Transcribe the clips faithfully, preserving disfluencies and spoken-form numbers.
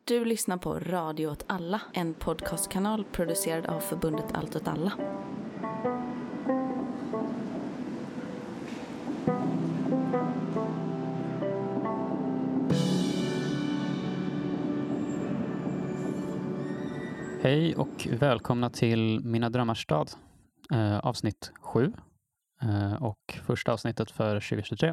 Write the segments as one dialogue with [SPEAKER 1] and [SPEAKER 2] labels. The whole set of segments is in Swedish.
[SPEAKER 1] Du lyssnar på Radio åt alla, en podcastkanal producerad av förbundet Allt åt alla.
[SPEAKER 2] Hej och välkomna till Mina drömmars stad, eh, avsnitt sju eh, och första avsnittet för tjugohundratjugotre.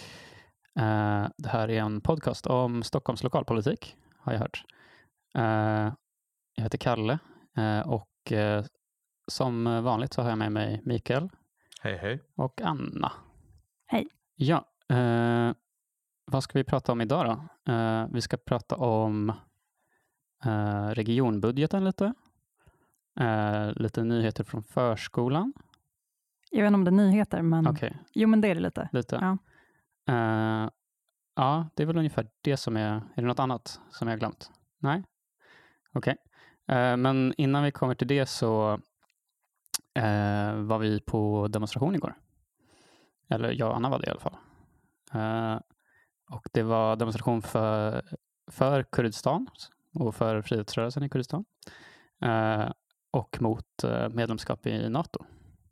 [SPEAKER 2] Eh, det här är en podcast om Stockholms lokalpolitik, har jag hört. Eh, jag heter Kalle eh, och eh, som vanligt så har jag med mig Mikael.
[SPEAKER 3] Hej hej.
[SPEAKER 2] Och Anna.
[SPEAKER 4] Hej.
[SPEAKER 2] Ja, eh, vad ska vi prata om idag då? Eh, vi ska prata om eh, regionbudgeten lite. Eh, lite nyheter från förskolan.
[SPEAKER 4] Jag vet inte om det är nyheter, men
[SPEAKER 2] Okay.
[SPEAKER 4] jo, men det är det lite.
[SPEAKER 2] Lite.
[SPEAKER 4] Ja.
[SPEAKER 2] Uh, ja, det är väl ungefär det som är... Är det något annat som jag har glömt? Nej? Okej. Okay. Uh, men innan vi kommer till det så uh, var vi på demonstration igår. Eller jag och Anna var det i alla fall. Uh, och det var demonstration för, för Kurdistan och för frihetsrörelsen i Kurdistan. Uh, och mot uh, medlemskap i NATO.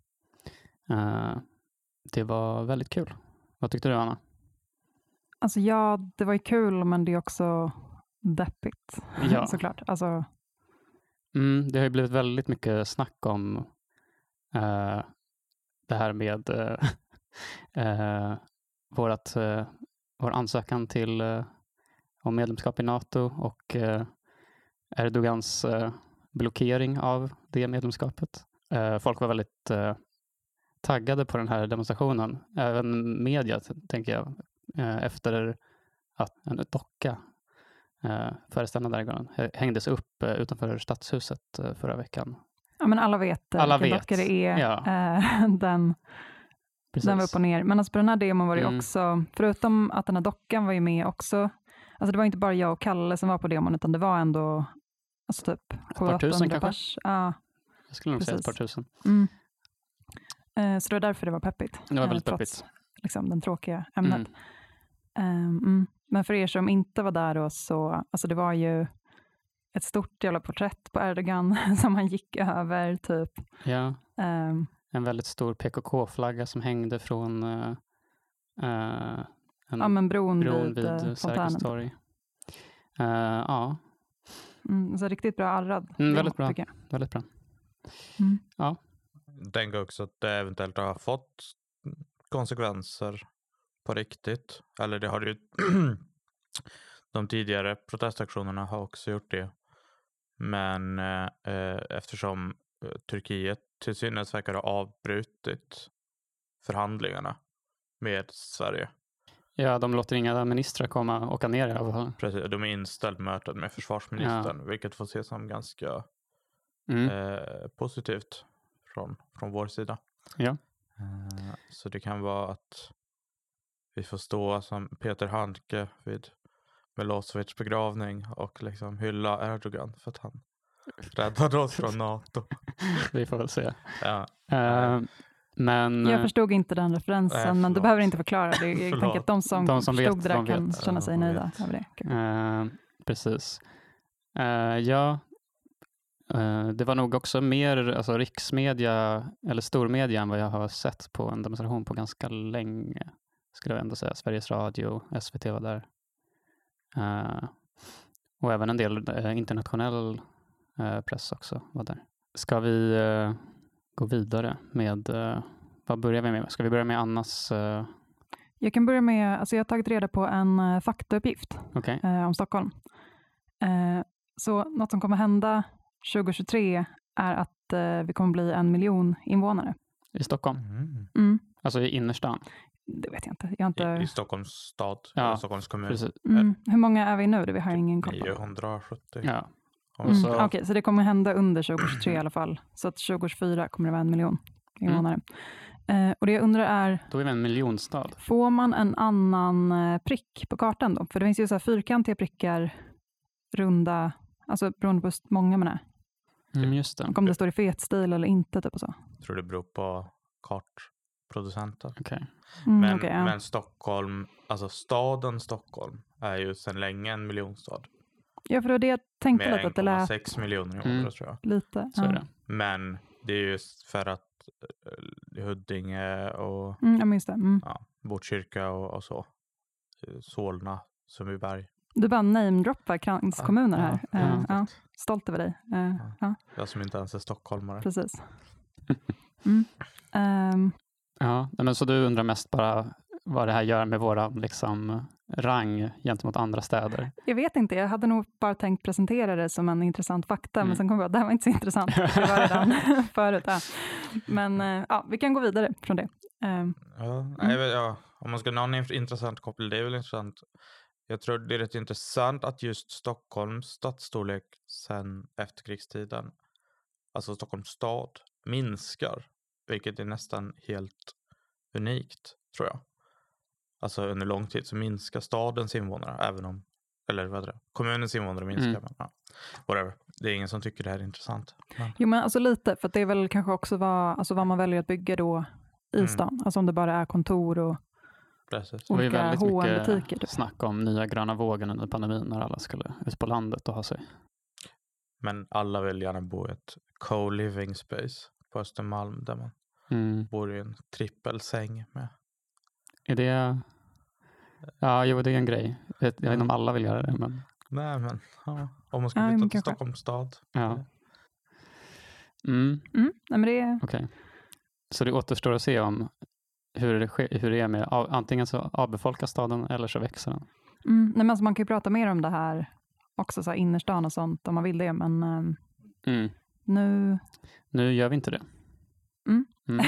[SPEAKER 2] Uh, det var väldigt kul. Vad tyckte du, Anna?
[SPEAKER 4] Alltså ja, det var ju kul, men det är också deppigt.
[SPEAKER 2] Ja.
[SPEAKER 4] Såklart. Alltså...
[SPEAKER 2] Mm, det har ju blivit väldigt mycket snack om uh, det här med uh, uh, vårat, uh, vår ansökan till uh, om medlemskap i NATO och uh, Erdogans uh, blockering av det medlemskapet. Uh, folk var väldigt uh, taggade på den här demonstrationen. Även media, tänker jag, uh, efter att en docka uh, föreställande där hängdes upp uh, utanför stadshuset uh, förra veckan.
[SPEAKER 4] Ja, men alla vet
[SPEAKER 2] alla
[SPEAKER 4] vilken
[SPEAKER 2] vet.
[SPEAKER 4] docka det är.
[SPEAKER 2] Ja.
[SPEAKER 4] Uh, den, den var upp och ner. Men alltså på den här demon var det
[SPEAKER 2] mm. också,
[SPEAKER 4] förutom att den här dockan var ju med också, alltså det var inte bara jag och Kalle som var på demon, utan det var ändå alltså typ
[SPEAKER 2] ett par tusen kanske?
[SPEAKER 4] Pers. Ja.
[SPEAKER 2] Jag skulle nog
[SPEAKER 4] Precis.
[SPEAKER 2] säga ett par tusen.
[SPEAKER 4] Mm. Uh, så det var därför det var peppigt.
[SPEAKER 2] Det var väldigt
[SPEAKER 4] uh,
[SPEAKER 2] peppigt.
[SPEAKER 4] Trots liksom, den tråkiga ämnet.
[SPEAKER 2] Mm.
[SPEAKER 4] Um, mm. Men för er som inte var där då, så alltså det var ju ett stort jävla porträtt på Erdogan som han gick över typ.
[SPEAKER 2] Ja,
[SPEAKER 4] Um,
[SPEAKER 2] en väldigt stor P K K-flagga som hängde från uh, uh, en
[SPEAKER 4] ja, men bron,
[SPEAKER 2] bron
[SPEAKER 4] vid,
[SPEAKER 2] vid
[SPEAKER 4] vid
[SPEAKER 2] Sergels torg. Uh, ja.
[SPEAKER 4] Mm, så riktigt bra arrad.
[SPEAKER 2] Mm, väldigt
[SPEAKER 4] demo,
[SPEAKER 2] bra. Väldigt bra.
[SPEAKER 4] Mm.
[SPEAKER 2] Ja.
[SPEAKER 3] Tänker också att det eventuellt har fått konsekvenser på riktigt. Eller det har ju de tidigare protestaktionerna har också gjort det. Men eh, eftersom eh, Turkiet till synes verkar ha avbrutit förhandlingarna med Sverige.
[SPEAKER 2] Ja, de låter inga ministrar komma och åka ner i alla fall.
[SPEAKER 3] Precis, de är inställd mötet med försvarsministern, ja. Vilket får ses som ganska
[SPEAKER 2] mm.
[SPEAKER 3] eh, positivt från, från vår sida.
[SPEAKER 2] Ja.
[SPEAKER 3] Eh, så det kan vara att vi får stå som Peter Handke vid Milosevics begravning och liksom hylla Erdogan för att han räddade oss från NATO.
[SPEAKER 2] Vi får väl se.
[SPEAKER 3] Ja.
[SPEAKER 2] Uh, men,
[SPEAKER 4] jag förstod inte den referensen,
[SPEAKER 3] äh,
[SPEAKER 4] men du behöver inte förklara det. Jag tänker att de som,
[SPEAKER 2] de som
[SPEAKER 4] förstod
[SPEAKER 2] vet,
[SPEAKER 4] det där
[SPEAKER 2] de
[SPEAKER 4] kan
[SPEAKER 2] vet.
[SPEAKER 4] känna sig
[SPEAKER 3] ja,
[SPEAKER 4] nöjda över det. Okay.
[SPEAKER 2] Uh, precis. Uh, ja, uh, det var nog också mer alltså, riksmedia eller stormedia än vad jag har sett på en demonstration på ganska länge. Skulle jag ändå säga. Sveriges Radio, S V T var där. Uh, och även en del uh, internationell uh, press också var där. Ska vi uh, gå vidare med, uh, vad börjar vi med? Ska vi börja med Annas? Uh...
[SPEAKER 4] Jag kan börja med, alltså jag har tagit reda på en uh, faktauppgift
[SPEAKER 2] okay.
[SPEAKER 4] uh, om Stockholm. Uh, så något som kommer hända tjugohundratjugotre är att uh, vi kommer bli en miljon invånare.
[SPEAKER 2] I Stockholm?
[SPEAKER 3] Mm.
[SPEAKER 4] Mm.
[SPEAKER 2] Alltså i innerstan?
[SPEAKER 4] Det vet jag inte. Jag har inte...
[SPEAKER 3] I, I Stockholms stad,
[SPEAKER 2] ja,
[SPEAKER 3] eller Stockholms kommun.
[SPEAKER 4] Mm. Hur många är vi nu? Det vi har ingen koll på.
[SPEAKER 3] niohundrasjuttio.
[SPEAKER 2] Ja.
[SPEAKER 4] Mm.
[SPEAKER 2] Så...
[SPEAKER 4] Okej, okay, så det kommer hända under tjugohundratjugotre i alla fall. Så att tjugohundratjugofyra kommer det vara en miljon invånare. Mm. Eh, och det jag undrar är...
[SPEAKER 2] Då är vi en miljonstad.
[SPEAKER 4] Får man en annan eh, prick på kartan då? För det finns ju så här fyrkantiga prickar, runda, alltså beroende på hur många man är.
[SPEAKER 2] Mm, just det.
[SPEAKER 4] Och om det står i fetstil eller inte, typ och så.
[SPEAKER 3] Jag tror det beror på kartproducenten.
[SPEAKER 2] Okay.
[SPEAKER 4] Mm,
[SPEAKER 3] men,
[SPEAKER 4] okay, ja.
[SPEAKER 3] men Stockholm, alltså staden Stockholm är ju sedan länge en miljonstad.
[SPEAKER 4] Ja, för det var det jag tänkte
[SPEAKER 3] med
[SPEAKER 4] lite att det
[SPEAKER 3] en komma
[SPEAKER 4] lät
[SPEAKER 3] sex miljoner i
[SPEAKER 2] Mm.
[SPEAKER 3] Ådra tror jag.
[SPEAKER 4] lite.
[SPEAKER 2] Så
[SPEAKER 4] ja.
[SPEAKER 2] är det.
[SPEAKER 3] Men det är just för att eh, Huddinge och
[SPEAKER 4] Mm, jag minns det. Mm.
[SPEAKER 3] ja, Botkyrka och, och så. Solna, Sundbyberg.
[SPEAKER 4] Du bara namedroppar kranskommuner här.
[SPEAKER 3] Ja,
[SPEAKER 4] Eh,
[SPEAKER 2] ja.
[SPEAKER 4] ja, stolt över dig. Eh,
[SPEAKER 3] Ja.
[SPEAKER 4] ja,
[SPEAKER 3] Jag som inte ens är stockholmare.
[SPEAKER 4] precis. Mm. Ehm,
[SPEAKER 2] Ja, nej, men så du undrar mest bara vad det här gör med våra liksom, rang gentemot andra städer?
[SPEAKER 4] jag vet inte, jag hade nog bara tänkt presentera det som en intressant fakta,
[SPEAKER 2] Mm.
[SPEAKER 4] men sen kom jag att det här var inte så intressant. Det var redan förut. Ja. Men eh, ja, vi kan gå vidare från det. Ehm,
[SPEAKER 3] Ja, nej, men ja, om man ska ha en intressant koppling, det är väl intressant. Jag tror det är rätt intressant att just Stockholms stadsstorlek sen efterkrigstiden, alltså Stockholms stad, minskar. Vilket är nästan helt unikt, tror jag. Alltså under lång tid så minskar stadens invånare, även om, eller vad är det, kommunens invånare minskar.
[SPEAKER 2] Mm.
[SPEAKER 3] Men, ja, whatever. Det är ingen som tycker det här är intressant. Men,
[SPEAKER 4] jo, men alltså lite, för att det är väl kanske också vad, alltså vad man väljer att bygga då i
[SPEAKER 3] Mm.
[SPEAKER 4] stan. Alltså om det bara är kontor och
[SPEAKER 3] precis.
[SPEAKER 2] Det var ju
[SPEAKER 4] olika
[SPEAKER 2] väldigt
[SPEAKER 4] H och
[SPEAKER 2] mycket
[SPEAKER 4] M-butiker. Typ.
[SPEAKER 2] snack om nya gröna vågen under pandemin när alla skulle ut på landet och ha sig.
[SPEAKER 3] Men alla vill gärna bo i ett co-living space på Östermalm där man
[SPEAKER 2] Mm.
[SPEAKER 3] bor i en trippelsäng med.
[SPEAKER 2] Är det... Ja, jo, det är en grej. Jag vet inte om alla vill göra det, men
[SPEAKER 3] Nej, men ja, om man ska
[SPEAKER 4] Ja,
[SPEAKER 3] flytta
[SPEAKER 4] men
[SPEAKER 3] till
[SPEAKER 4] kanske.
[SPEAKER 3] Stockholms stad.
[SPEAKER 2] ja. Mm,
[SPEAKER 4] Mm, nej, men det är,
[SPEAKER 2] okej. Så det återstår att se om hur det, sker, hur det är med, av- antingen så avbefolkas staden eller så växer den.
[SPEAKER 4] mm, nej, men alltså man kan ju prata mer om det här också, så här innerstan och sånt om man vill det, men ehm,
[SPEAKER 2] Mm.
[SPEAKER 4] nu...
[SPEAKER 2] Nu gör vi inte det.
[SPEAKER 4] Mm.
[SPEAKER 2] Mm.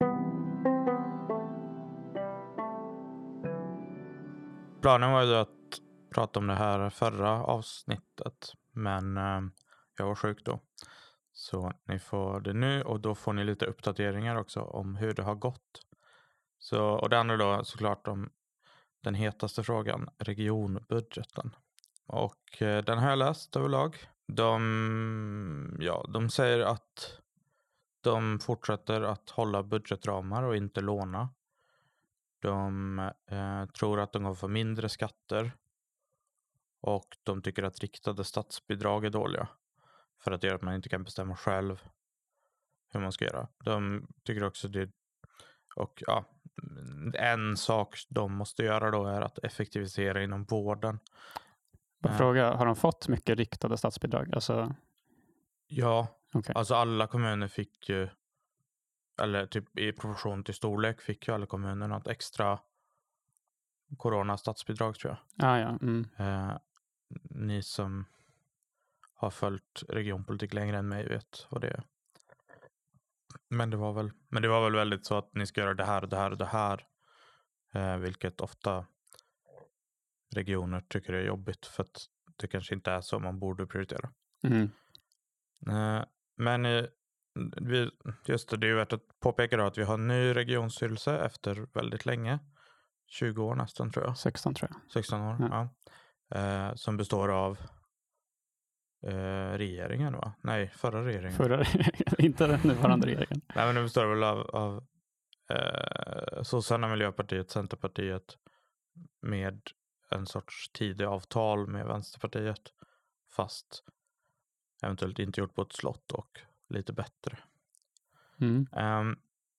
[SPEAKER 3] Planen var ju att prata om det här förra avsnittet, men eh, jag var sjuk då. Så ni får det nu och då får ni lite uppdateringar också om hur det har gått. Så, och det andra då såklart om den hetaste frågan, regionbudgeten. Och eh, den har jag läst överlag. De, ja, de säger att de fortsätter att hålla budgetramar och inte låna. De eh, tror att de kommer få mindre skatter. Och de tycker att riktade statsbidrag är dåliga. För att göra att man inte kan bestämma själv hur man ska göra. De tycker också det. Och ja, en sak de måste göra då är att effektivisera inom vården.
[SPEAKER 2] Bara
[SPEAKER 3] Eh,
[SPEAKER 2] fråga, har de fått mycket riktade statsbidrag? Alltså,
[SPEAKER 3] Ja,
[SPEAKER 2] okej.
[SPEAKER 3] alltså alla kommuner fick ju, eller typ i proportion till storlek fick ju alla kommuner något extra corona-statsbidrag tror jag.
[SPEAKER 2] Ah, ja. Mm.
[SPEAKER 3] Eh, ni som har följt regionpolitik längre än mig vet vad det är. Men det var väl, men det var väl väldigt så att ni ska göra det här och det här och det här. Eh, vilket ofta regioner tycker är jobbigt för att det kanske inte är så man borde prioritera.
[SPEAKER 2] Mm.
[SPEAKER 3] Eh, men eh, vi, just det, det är ju värt att påpeka då att vi har en ny regionstyrelse efter väldigt länge. tjugo år nästan tror jag.
[SPEAKER 2] sexton tror jag.
[SPEAKER 3] sexton år,
[SPEAKER 2] Ja.
[SPEAKER 3] ja. Eh, som består av eh, regeringen va? Nej, förra regeringen.
[SPEAKER 2] Förra regeringen, inte den nuvarande regeringen.
[SPEAKER 3] Nej, men det består väl av, av eh, Sossarna, Miljöpartiet, Centerpartiet med en sorts tidig avtal med Vänsterpartiet. Fast eventuellt inte gjort på ett slott och lite bättre.
[SPEAKER 2] Mm.
[SPEAKER 3] Um,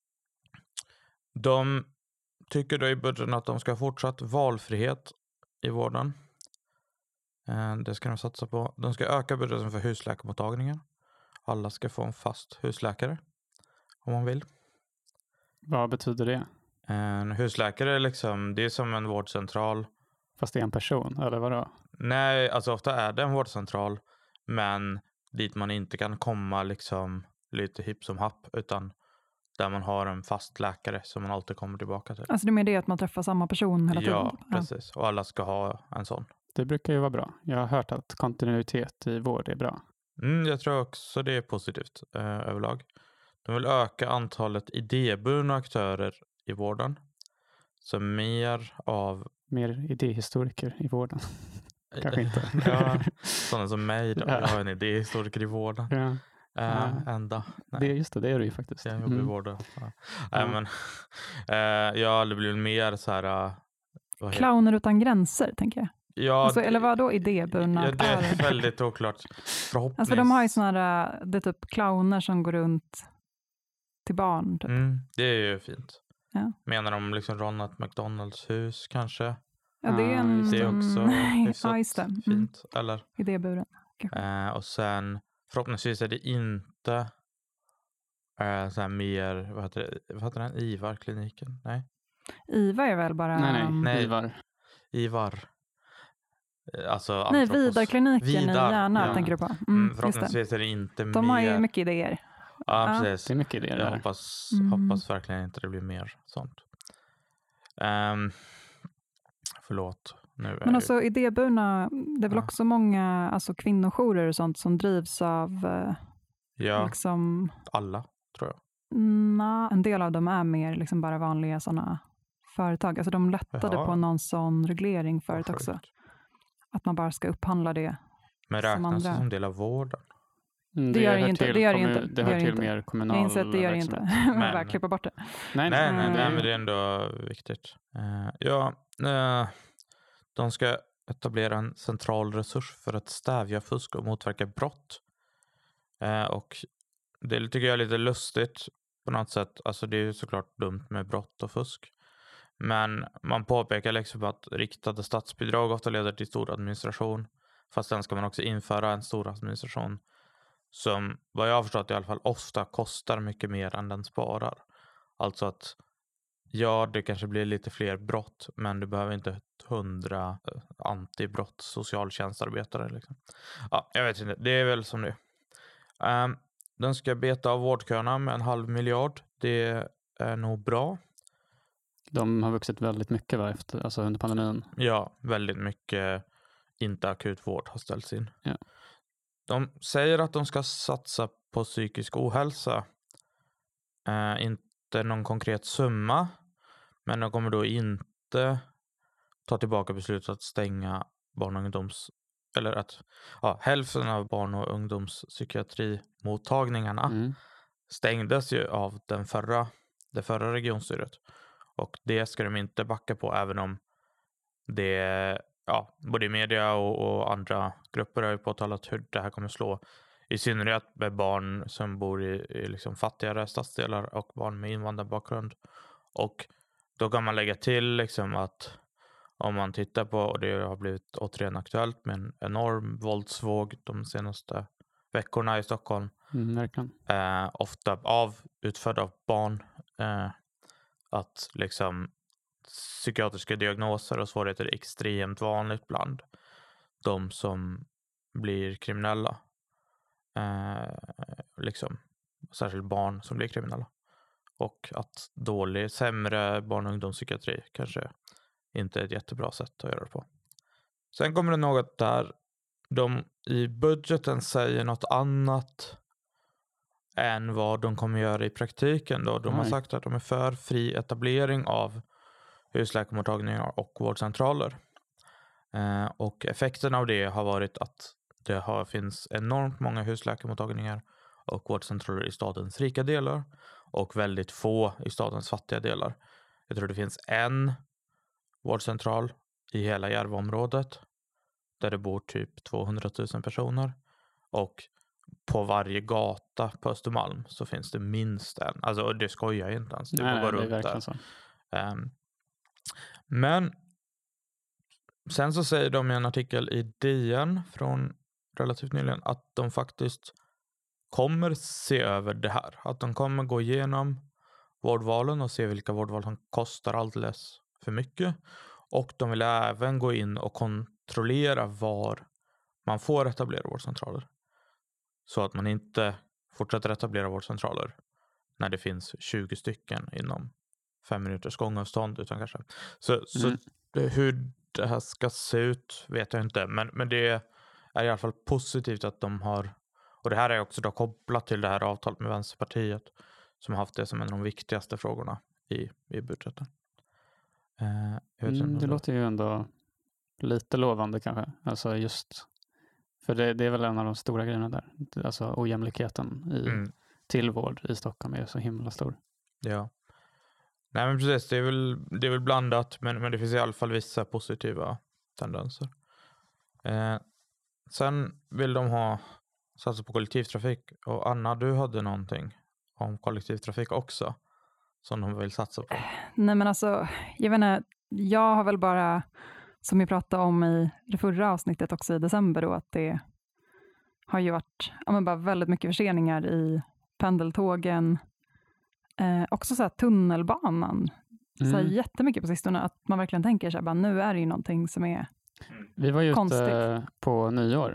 [SPEAKER 3] de tycker då i budgeten att de ska ha fortsatt valfrihet i vården. Uh, det ska de satsa på. De ska öka budgeten för husläkarmottagningar. Alla ska få en fast husläkare om man vill.
[SPEAKER 2] Vad betyder det?
[SPEAKER 3] En husläkare är liksom, det är som en vårdcentral.
[SPEAKER 2] Fast det är en person, eller vadå?
[SPEAKER 3] Nej, alltså ofta är det en vårdcentral, men dit man inte kan komma liksom lite hipp som happ, utan där man har en fast läkare som man alltid kommer tillbaka till.
[SPEAKER 4] Alltså det är mer det att man träffar samma person hela tiden.
[SPEAKER 3] Ja, precis. Och alla ska ha en sån.
[SPEAKER 2] Det brukar ju vara bra. Jag har hört att kontinuitet i vård är bra.
[SPEAKER 3] Mm, jag tror också det är positivt eh, överlag. De vill öka antalet idéburna aktörer i vården. Så mer av...
[SPEAKER 2] Mer idéhistoriker i vården. Kanske inte.
[SPEAKER 3] Ja, sådana som mig då.
[SPEAKER 2] Ja.
[SPEAKER 3] Jag har en idéhistoriker i vården.
[SPEAKER 2] Ja.
[SPEAKER 3] Eh,
[SPEAKER 2] Ja.
[SPEAKER 3] Ända.
[SPEAKER 2] Det, just det, det är det ju faktiskt.
[SPEAKER 3] Jag jobbar i
[SPEAKER 2] Mm.
[SPEAKER 3] vården. Ja.
[SPEAKER 2] Ja.
[SPEAKER 3] Nej, men, eh, jag har aldrig blivit mer så här... Uh, vad heter-
[SPEAKER 4] Clowner utan gränser, tänker jag.
[SPEAKER 3] Ja,
[SPEAKER 4] Alltså,
[SPEAKER 3] det-
[SPEAKER 4] eller vad då idéburna
[SPEAKER 3] Ja, det är
[SPEAKER 4] aktörer?
[SPEAKER 3] väldigt oklart. Förhoppnings...
[SPEAKER 4] Alltså, för de har ju såna där, det är typ clowner som går runt till barn. Typ.
[SPEAKER 3] Mm, det är ju fint.
[SPEAKER 4] Ja.
[SPEAKER 3] Menar de liksom Ronald McDonalds hus kanske?
[SPEAKER 4] Ja, det är en...
[SPEAKER 3] Det är också
[SPEAKER 4] ja,
[SPEAKER 3] hyfsat
[SPEAKER 4] just det. Mm.
[SPEAKER 3] fint. Eller?
[SPEAKER 4] Idéburen.
[SPEAKER 3] Eh, och sen förhoppningsvis är det inte eh, så här mer, vad heter det, vad heter den? Ivar-kliniken? Nej.
[SPEAKER 4] IVA är väl bara...
[SPEAKER 2] Nej, nej,
[SPEAKER 3] Nej.
[SPEAKER 2] Ivar.
[SPEAKER 3] Ivar. Eh, Alltså
[SPEAKER 4] Nej,
[SPEAKER 3] antropos-
[SPEAKER 4] Vidarkliniken
[SPEAKER 3] Vidar,
[SPEAKER 4] i Järna
[SPEAKER 3] ja.
[SPEAKER 4] tänker du på.
[SPEAKER 3] Mm,
[SPEAKER 4] Mm, just det.
[SPEAKER 3] förhoppningsvis är det inte
[SPEAKER 4] De
[SPEAKER 3] mer.
[SPEAKER 4] har ju mycket idéer.
[SPEAKER 3] Ja,
[SPEAKER 4] Ja.
[SPEAKER 3] precis.
[SPEAKER 2] Det är mycket idéer
[SPEAKER 3] Jag
[SPEAKER 2] där.
[SPEAKER 3] hoppas,
[SPEAKER 4] Mm.
[SPEAKER 3] hoppas verkligen inte det blir mer sånt. Um, förlåt. Nu är
[SPEAKER 4] Men
[SPEAKER 3] ju-
[SPEAKER 4] alltså idéburna, det är väl
[SPEAKER 3] Ja.
[SPEAKER 4] också många alltså, kvinnojourer och sånt som drivs av eh,
[SPEAKER 3] ja,
[SPEAKER 4] liksom,
[SPEAKER 3] alla tror jag.
[SPEAKER 4] na, en del av dem är mer liksom bara vanliga sådana företag. Alltså de lättade
[SPEAKER 3] Jaha.
[SPEAKER 4] på någon sån reglering förut
[SPEAKER 3] Vad
[SPEAKER 4] också.
[SPEAKER 3] sjukt.
[SPEAKER 4] Att man bara ska upphandla det.
[SPEAKER 3] Men
[SPEAKER 4] som
[SPEAKER 3] räknas det
[SPEAKER 4] andra.
[SPEAKER 3] som del av vården?
[SPEAKER 2] Mm,
[SPEAKER 4] Det gör det
[SPEAKER 2] hör
[SPEAKER 4] inte,
[SPEAKER 2] till
[SPEAKER 4] det gör det
[SPEAKER 2] kommun-
[SPEAKER 4] inte,
[SPEAKER 2] Det
[SPEAKER 4] det
[SPEAKER 2] hör
[SPEAKER 4] gör det
[SPEAKER 2] till
[SPEAKER 4] inte.
[SPEAKER 2] mer kommunal
[SPEAKER 4] Jag inser att det gör det inte.
[SPEAKER 2] verksamhet.
[SPEAKER 4] Men
[SPEAKER 3] Men-
[SPEAKER 4] bara klippa bort det.
[SPEAKER 2] Nej,
[SPEAKER 3] Nej, nej,
[SPEAKER 4] Mm.
[SPEAKER 3] nej, men det är ändå viktigt. Eh, ja, eh, de ska etablera en central resurs för att stävja fusk och motverka brott. Eh, och det tycker jag är lite lustigt på något sätt. Alltså det är ju såklart dumt med brott och fusk. Men man påpekar liksom att riktade statsbidrag ofta leder till stor administration. Fast sen ska man också införa en stor administration som, vad jag har förstått i alla fall, ofta kostar mycket mer än den sparar. Alltså att ja, det kanske blir lite fler brott, men du behöver inte hundra eh, antibrott socialtjänstarbetare. Liksom. Ja, jag vet inte, det är väl som det är. Um, den ska beta av vårdköerna med en halv miljard. Det är nog bra.
[SPEAKER 2] De har vuxit väldigt mycket va, efter, alltså under pandemin.
[SPEAKER 3] Ja, väldigt mycket inte akut vård har ställts in.
[SPEAKER 2] Ja.
[SPEAKER 3] De säger att de ska satsa på psykisk ohälsa. Eh, inte någon konkret summa. Men de kommer då inte ta tillbaka beslutet att stänga barn- och ungdoms... Eller att ja, hälften av barn- och ungdomspsykiatrimottagningarna
[SPEAKER 2] Mm.
[SPEAKER 3] stängdes ju av den förra, det förra regionstyret. Och det ska de inte backa på, även om det, ja, både i media och, och andra grupper har ju påtalat hur det här kommer slå. I synnerhet med barn som bor i, i liksom fattigare stadsdelar och barn med invandrarbakgrund. Och då kan man lägga till liksom att om man tittar på, och det har blivit återigen aktuellt med en enorm våldsvåg de senaste veckorna i Stockholm.
[SPEAKER 2] Mm, verkligen.
[SPEAKER 3] Eh, ofta av utfödda av barn. Eh, att liksom psykiatriska diagnoser och svårigheter är extremt vanligt bland de som blir kriminella. Eh, liksom särskilt barn som blir kriminella. Och att dålig, sämre barn- och ungdomspsykiatri kanske inte är ett jättebra sätt att göra det på. Sen kommer det något där de i budgeten säger något annat än vad de kommer göra i praktiken. Då. De har
[SPEAKER 2] Oj.
[SPEAKER 3] sagt att de är för fri etablering av husläkarmottagningar och vårdcentraler. Eh, och effekten av det har varit att det har, finns enormt många husläkarmottagningar och vårdcentraler i stadens rika delar och väldigt få i stadens fattiga delar. Jag tror det finns en vårdcentral i hela Järvaområdet där det bor typ tvåhundratusen personer, och på varje gata på Östermalm så finns det minst en. Alltså, och det skojar jag inte ens. Det
[SPEAKER 2] Nej,
[SPEAKER 3] var
[SPEAKER 2] nej,
[SPEAKER 3] bara
[SPEAKER 2] det är
[SPEAKER 3] runt där.
[SPEAKER 2] verkligen så.
[SPEAKER 3] Um, men sen så säger de i en artikel i D N från relativt nyligen att de faktiskt kommer se över det här. Att de kommer gå igenom vårdvalen och se vilka vårdval som kostar alldeles för mycket. Och de vill även gå in och kontrollera var man får etablera vårdcentraler. Så att man inte fortsätter etablera vårdcentraler när det finns tjugo stycken inom fem minuters gångavstånd, utan kanske. Så,
[SPEAKER 2] Mm.
[SPEAKER 3] så det, hur det här ska se ut vet jag inte. Men, men det är i alla fall positivt att de har, och det här är också då kopplat till det här avtalet med Vänsterpartiet som har haft det som en av de viktigaste frågorna i, i budgeten. Eh, jag vet
[SPEAKER 2] Mm,
[SPEAKER 3] inte
[SPEAKER 2] det
[SPEAKER 3] om
[SPEAKER 2] låter ju ändå lite lovande kanske. Alltså just, för det, det är väl en av de stora grejerna där. Alltså ojämlikheten i,
[SPEAKER 3] Mm.
[SPEAKER 2] till vård i Stockholm är så himla stor.
[SPEAKER 3] Ja. Nej men precis, det är väl, det är väl blandat, men, men det finns i alla fall vissa positiva tendenser. Eh, sen vill de ha satsa på kollektivtrafik. Och Anna, du hade någonting om kollektivtrafik också som de vill satsa på.
[SPEAKER 4] Nej men alltså, jag vet inte, jag har väl bara, som vi pratade om i det förra avsnittet också i december då, att det har ju varit ja, men bara väldigt mycket förseningar i pendeltågen. Eh, också så här tunnelbanan.
[SPEAKER 2] Mm.
[SPEAKER 4] Så här jättemycket på sistone, att man verkligen tänker så här, bara, nu är det ju någonting som är
[SPEAKER 2] Vi var ju
[SPEAKER 4] konstigt.
[SPEAKER 2] ute på nyår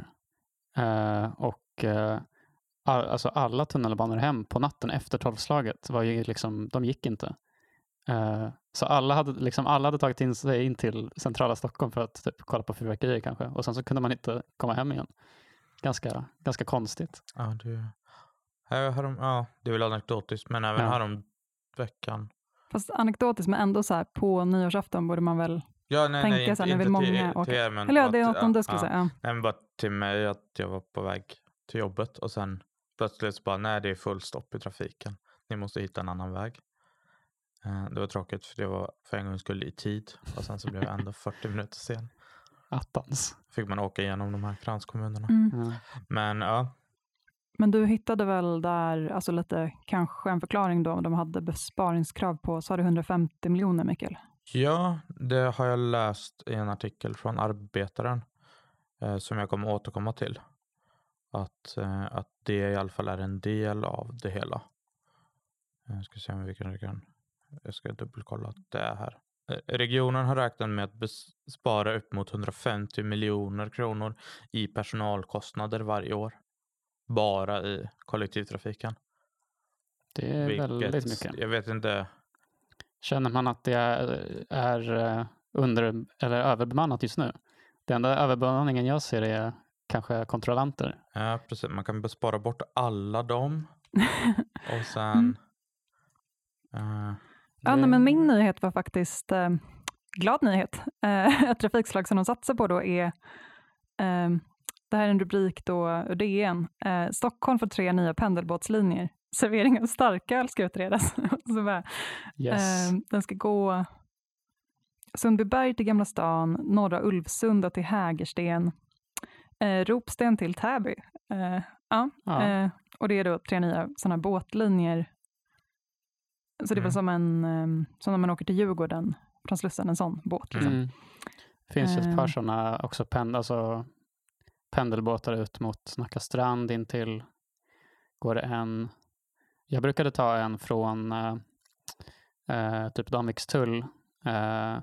[SPEAKER 2] eh, och eh, all, alltså alla tunnelbanor hem på natten efter tolvslaget var ju liksom, de gick inte. Eh, så alla hade, liksom, alla hade tagit in sig in till centrala Stockholm för att typ, kolla på fyrverkerier kanske, och sen så kunde man inte komma hem igen. Ganska, ganska konstigt.
[SPEAKER 3] Ja, du... Här, här de, ja, det är väl anekdotiskt, men även
[SPEAKER 2] Ja.
[SPEAKER 3] här om veckan.
[SPEAKER 4] Fast anekdotiskt, men ändå så här på nyårsafton borde man väl
[SPEAKER 3] Ja, nej,
[SPEAKER 4] tänka
[SPEAKER 3] nej,
[SPEAKER 4] så här,
[SPEAKER 3] inte,
[SPEAKER 4] nu vill
[SPEAKER 3] inte
[SPEAKER 4] många
[SPEAKER 3] till,
[SPEAKER 4] åka.
[SPEAKER 3] till er, men
[SPEAKER 4] Eller ja,
[SPEAKER 3] bara
[SPEAKER 4] det är
[SPEAKER 3] till-
[SPEAKER 4] något om du skulle
[SPEAKER 3] ja.
[SPEAKER 4] säga. Ja.
[SPEAKER 3] Nej, men bara till mig att jag var på väg till jobbet och sen plötsligt så bara, nej, det är full stopp i trafiken. Ni måste hitta en annan väg. Eh, Det var tråkigt för det var för en gång skulle i tid och sen så blev jag ändå fyrtio minuter sen.
[SPEAKER 2] Attans.
[SPEAKER 3] Fick man åka igenom de här kranskommunerna.
[SPEAKER 4] Mm.
[SPEAKER 2] Ja.
[SPEAKER 3] Men ja,
[SPEAKER 4] Men du hittade väl där, alltså lite kanske en förklaring då, om de hade besparingskrav på, så har du hundrafemtio miljoner, Mikael?
[SPEAKER 3] ja, det har jag läst i en artikel från Arbetaren eh, som jag kommer återkomma till. Att, eh, att det i alla fall är en del av det hela. Jag ska se om vi kan, kan jag ska dubbelkolla att det är här. Eh, Regionen har räknat med att bes- spara upp mot hundrafemtio miljoner kronor i personalkostnader varje år. Bara i kollektivtrafiken.
[SPEAKER 2] Det är
[SPEAKER 3] Vilket,
[SPEAKER 2] väldigt mycket.
[SPEAKER 3] Jag vet inte.
[SPEAKER 2] Känner man att det är, är eh, under eller överbemannat just nu? Den enda överbemanningen jag ser är kanske kontrollanter.
[SPEAKER 3] Ja, precis. Man kan bespara bort alla dem. Och sen...
[SPEAKER 4] Mm.
[SPEAKER 3] eh,
[SPEAKER 4] Ja,
[SPEAKER 2] Det-
[SPEAKER 4] nej, men min nyhet var faktiskt eh, glad nyhet. Eh, ett trafikslag som de satsar på då är, eh, det här är en rubrik då ur D N, eh, Stockholm får tre nya pendelbåtslinjer. Servering av starköl ska utredas. Så bara,
[SPEAKER 2] Yes.
[SPEAKER 4] eh, den ska gå Sundbyberg till Gamla stan, Norra Ulvsunda till Hägersten, eh, Ropsten till Täby. Eh, ja,
[SPEAKER 2] Ja.
[SPEAKER 4] eh, och det är då tre nya sådana båtlinjer. Så det var
[SPEAKER 3] Mm.
[SPEAKER 4] som en, eh, som när man åker till Djurgården från Slussen, en sån båt. Liksom.
[SPEAKER 2] Mm. Finns ett par
[SPEAKER 4] Eh.
[SPEAKER 2] sådana också pen, alltså pendelbåtar ut mot Nacka strand in till går det en. Jag brukade ta en från eh, eh, typ Danvikstull eh,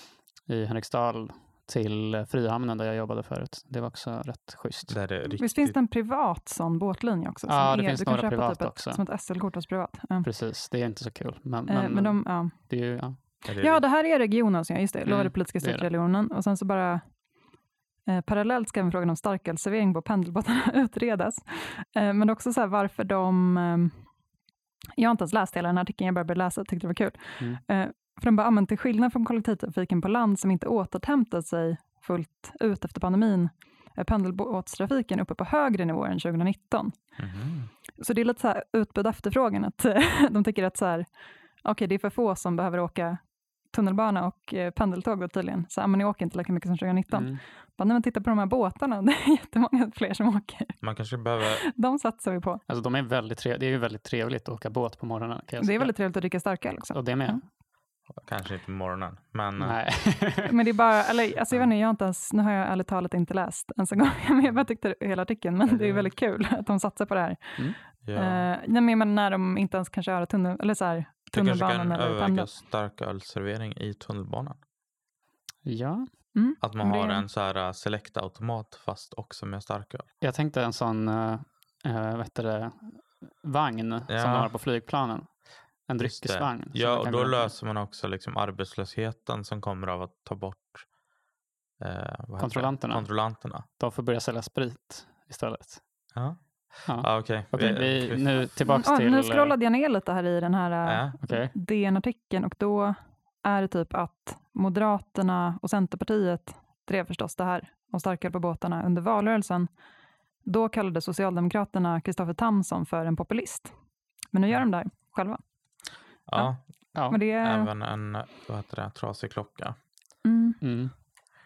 [SPEAKER 2] i Henriksdal till Frihamnen där jag jobbade förut. Det var också rätt schysst.
[SPEAKER 3] där är riktigt...
[SPEAKER 4] Visst finns det en privat sån båtlinje också?
[SPEAKER 2] Ja,
[SPEAKER 4] som
[SPEAKER 2] det
[SPEAKER 4] är,
[SPEAKER 2] finns
[SPEAKER 4] du kan
[SPEAKER 2] några
[SPEAKER 4] köpa
[SPEAKER 2] privata
[SPEAKER 4] typ ett,
[SPEAKER 2] också.
[SPEAKER 4] som ett S L-kort hos privat. Ja.
[SPEAKER 2] Precis, det är inte så kul. Men,
[SPEAKER 4] Eh,
[SPEAKER 2] men,
[SPEAKER 4] men de, ja.
[SPEAKER 2] det är ju, ja.
[SPEAKER 3] är det
[SPEAKER 4] ja, det här är regionen, som jag just det,
[SPEAKER 2] Mm,
[SPEAKER 4] lovade politiska
[SPEAKER 2] det är det.
[SPEAKER 4] styrkeregionen. Och sen så bara eh, parallellt ska även frågan om starkölsservering på pendelbåtarna utredas. Eh, men också så här varför de... Eh, jag har inte ens läst hela den här artikeln, jag bara började läsa och tyckte det var kul.
[SPEAKER 2] Mm.
[SPEAKER 4] Eh, för de bara, men till skillnad från kollektivtrafiken på land som inte återhämtat sig fullt ut efter pandemin, är pendelbåtstrafiken uppe på högre nivåer än tjugonitton.
[SPEAKER 3] Mhm.
[SPEAKER 4] Så det är lite så här utbud efterfrågan, att de tycker att så här, okej, det är för få som behöver åka tunnelbana och eh, pendeltåg då tydligen. Så ja, men ni åker inte lika mycket som tjugonitton.
[SPEAKER 2] Mm.
[SPEAKER 4] Bara, när man tittar på de här båtarna, det är jättemånga fler som åker.
[SPEAKER 3] Man kanske behöver...
[SPEAKER 4] De satsar vi på.
[SPEAKER 2] Alltså de är väldigt tre- det är ju väldigt trevligt att åka båt på morgonen. Kan jag
[SPEAKER 4] Det är
[SPEAKER 2] säga.
[SPEAKER 4] väldigt trevligt att dricka starköl också.
[SPEAKER 2] Och det med.
[SPEAKER 3] Kanske inte på morgonen. Men... eh,
[SPEAKER 2] Nej.
[SPEAKER 4] Men det är bara, eller alltså jag vet inte, jag har inte ens, nu har jag ärligt talat inte läst ens en gång, men jag bara tyckte hela artikeln, men det är väldigt kul att de satsar på det här.
[SPEAKER 3] ja.
[SPEAKER 4] Eh, nej, men när de inte ens kan köra tunnel, eller så här,
[SPEAKER 3] Du kanske
[SPEAKER 4] tunnelbanan
[SPEAKER 3] kan
[SPEAKER 4] eller
[SPEAKER 3] överväga
[SPEAKER 4] pendeln.
[SPEAKER 3] starkölsservering i tunnelbanan.
[SPEAKER 2] Ja,
[SPEAKER 4] Mm.
[SPEAKER 3] Att man
[SPEAKER 4] Det-
[SPEAKER 3] har en så här uh, select-automat fast också med starköl.
[SPEAKER 2] jag tänkte en sån uh, uh, vet du det, vagn
[SPEAKER 3] Ja.
[SPEAKER 2] som de har på flygplanen. En
[SPEAKER 3] Just det.
[SPEAKER 2] dryckesvagn. som
[SPEAKER 3] Ja,
[SPEAKER 2] man
[SPEAKER 3] och
[SPEAKER 2] kan
[SPEAKER 3] då
[SPEAKER 2] gå runt med.
[SPEAKER 3] löser man också liksom arbetslösheten som kommer av att ta bort eh, vad heter det?
[SPEAKER 2] Kontrollanterna.
[SPEAKER 3] Kontrollanterna.
[SPEAKER 2] De får börja sälja sprit istället.
[SPEAKER 3] Ja,
[SPEAKER 2] Ja.
[SPEAKER 3] ah, okej.
[SPEAKER 2] Okej, vi, nu tillbaks
[SPEAKER 4] Ja,
[SPEAKER 2] till...
[SPEAKER 4] nu scrollade jag ner lite här i den här eh,
[SPEAKER 3] Ja,
[SPEAKER 2] Okej.
[SPEAKER 4] D N-artikeln, och då är det typ att Moderaterna och Centerpartiet drev förstås det här om starköl på båtarna under valrörelsen. Då kallade Socialdemokraterna Kristoffer Tamsson för en populist. Men nu gör de det här själva.
[SPEAKER 3] ja,
[SPEAKER 2] Ja.
[SPEAKER 4] Men det är,
[SPEAKER 3] även en vad heter det, trasig klocka.
[SPEAKER 4] mm,
[SPEAKER 2] Mm.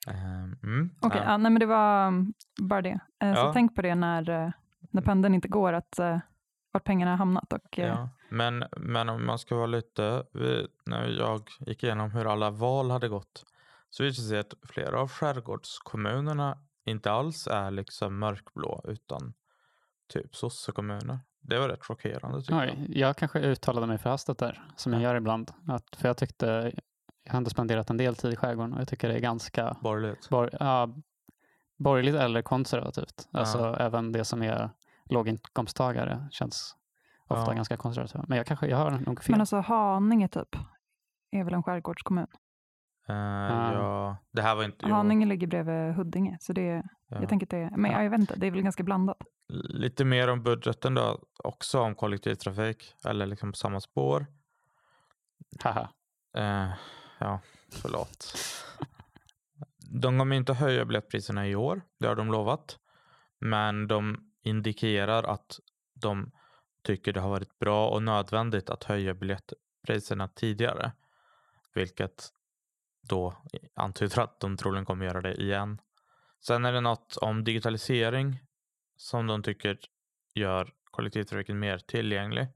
[SPEAKER 3] Um, mm,
[SPEAKER 4] Okej,
[SPEAKER 3] ja.
[SPEAKER 4] ja, nej men det var um, bara det. Eh, Så
[SPEAKER 3] Ja.
[SPEAKER 4] tänk på det när, eh, när pendeln inte går, att eh, vart pengarna har hamnat. Och, eh,
[SPEAKER 3] Ja, men, men om man ska vara lite, vi, när jag gick igenom hur alla val hade gått, så visade det sig att flera av skärgårdskommunerna inte alls är liksom mörkblå, utan typ sossekommuner. Det var rätt chockerande tycker jag.
[SPEAKER 2] Oj, jag kanske uttalade mig förhastat där, som jag
[SPEAKER 3] Ja.
[SPEAKER 2] gör ibland. Att, för jag tyckte, jag hade spenderat en del tid i skärgården och jag tycker det är ganska
[SPEAKER 3] Borgerligt.
[SPEAKER 2] bor, ja, borgerligt eller konservativt.
[SPEAKER 3] Ja.
[SPEAKER 2] Alltså även det som är låginkomsttagare känns ofta
[SPEAKER 3] Ja.
[SPEAKER 2] ganska konservativt. Men jag kanske, jag har nog fel.
[SPEAKER 4] Men alltså Haninge typ är väl en skärgårdskommun?
[SPEAKER 3] Uh,
[SPEAKER 2] Ah.
[SPEAKER 3] ja, det här var inte jag.
[SPEAKER 4] Haninge ligger bredvid Huddinge, så det,
[SPEAKER 3] Ja.
[SPEAKER 4] jag tänker att det är, men
[SPEAKER 2] Ja.
[SPEAKER 4] jag vet inte, det är väl ganska blandat.
[SPEAKER 3] Lite mer om budgeten då, också om kollektivtrafik, eller liksom på samma spår.
[SPEAKER 2] Haha.
[SPEAKER 3] Uh, ja, förlåt. De kommer inte höja biljettpriserna i år, det har de lovat. Men de indikerar att de tycker det har varit bra och nödvändigt att höja biljettpriserna tidigare. Vilket då antyder att de troligen kommer göra det igen. Sen är det något om digitalisering som de tycker gör kollektivtrafiken mer tillgänglig.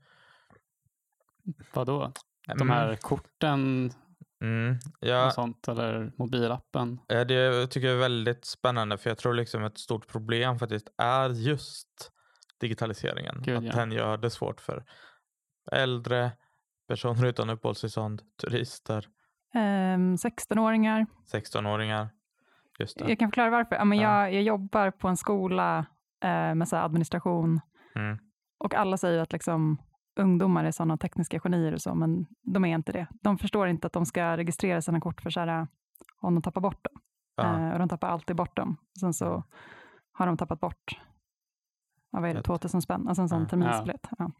[SPEAKER 2] Vadå? De här korten
[SPEAKER 3] Mm, ja,
[SPEAKER 2] och sånt, eller mobilappen?
[SPEAKER 3] Ja, det tycker jag är väldigt spännande, för jag tror liksom ett stort problem faktiskt är just digitaliseringen.
[SPEAKER 2] Gud,
[SPEAKER 3] att
[SPEAKER 2] ja.
[SPEAKER 3] den gör det svårt för äldre, personer utan uppehållstillstånd, turister,
[SPEAKER 4] Ehm, sexton-åringar.
[SPEAKER 3] sexton-åringar. Just det.
[SPEAKER 4] Jag kan förklara varför. Ja, men
[SPEAKER 3] Ja.
[SPEAKER 4] jag, jag jobbar på en skola eh, med så här administration,
[SPEAKER 3] Mm.
[SPEAKER 4] och alla säger att liksom, ungdomar är sådana tekniska genier och så, men de är inte det. De förstår inte att de ska registrera sina kort för så här, om de tappar bort dem.
[SPEAKER 3] Ja.
[SPEAKER 4] Eh, och de tappar alltid bort dem. Sen så har de tappat bort, ja, vad är det,
[SPEAKER 3] Ett-
[SPEAKER 4] tvåtusen spänn, alltså en sån
[SPEAKER 3] Ja.
[SPEAKER 4] terminsbiljett. Ja.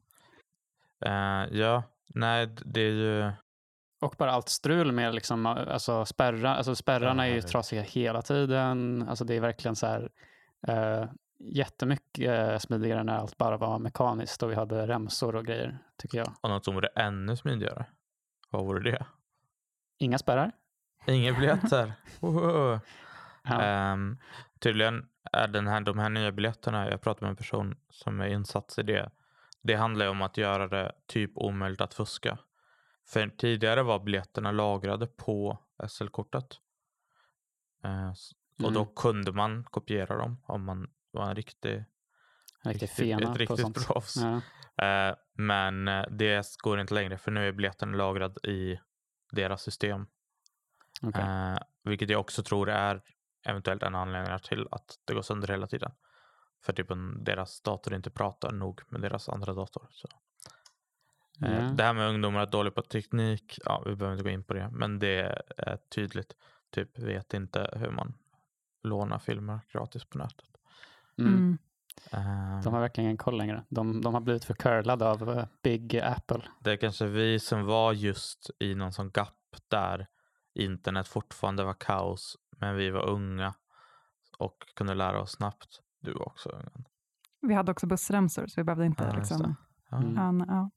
[SPEAKER 3] Eh, ja, nej, det är ju...
[SPEAKER 2] Och bara allt strul med liksom, alltså, spärra, alltså spärrarna
[SPEAKER 3] Ja,
[SPEAKER 2] är ju
[SPEAKER 3] herregud.
[SPEAKER 2] trasiga hela tiden. Alltså det är verkligen så här eh, jättemycket eh, smidigare när allt bara var mekaniskt och vi hade remsor och grejer, tycker jag.
[SPEAKER 3] Och något som vore ännu smidigare. Vad vore det?
[SPEAKER 2] Inga spärrar?
[SPEAKER 3] Inga biljetter. Woho!
[SPEAKER 2] Ja.
[SPEAKER 3] Ehm, tydligen är den här, de här nya biljetterna, jag pratade med en person som är insatt i det. Det handlar ju om att göra det typ omöjligt att fuska. För tidigare var biljetterna lagrade på S L-kortet. Eh, s- och
[SPEAKER 2] Mm.
[SPEAKER 3] då kunde man kopiera dem om man var en riktig,
[SPEAKER 2] En riktig
[SPEAKER 3] riktigt,
[SPEAKER 2] fena
[SPEAKER 3] ett
[SPEAKER 2] på
[SPEAKER 3] riktigt
[SPEAKER 2] sånt.
[SPEAKER 3] proffs.
[SPEAKER 2] Ja.
[SPEAKER 3] Eh, men eh, det går inte längre, för nu är biljetten lagrad i deras system.
[SPEAKER 2] Okej.
[SPEAKER 3] Eh, vilket jag också tror är eventuellt en anledning till att det går sönder hela tiden. För typ en, deras dator inte pratar nog med deras andra dator. Så. Eh,
[SPEAKER 2] Ja.
[SPEAKER 3] Det här med ungdomar är dåliga på teknik, ja, vi behöver inte gå in på det. Men det är tydligt. Typ vet inte hur man lånar filmer gratis på nätet.
[SPEAKER 2] Mm.
[SPEAKER 4] Mm.
[SPEAKER 3] Eh,
[SPEAKER 2] De har verkligen ingen koll längre. De, de har blivit för curlade av uh, Big Apple.
[SPEAKER 3] Det är kanske vi som var just i någon sån gap där internet fortfarande var kaos, men vi var unga och kunde lära oss snabbt. Du var också ung.
[SPEAKER 4] Vi hade också bussremsor, så vi behövde inte
[SPEAKER 3] Ja, just
[SPEAKER 4] liksom...
[SPEAKER 3] Ja.
[SPEAKER 2] Mm.
[SPEAKER 4] Ja, nej, ja.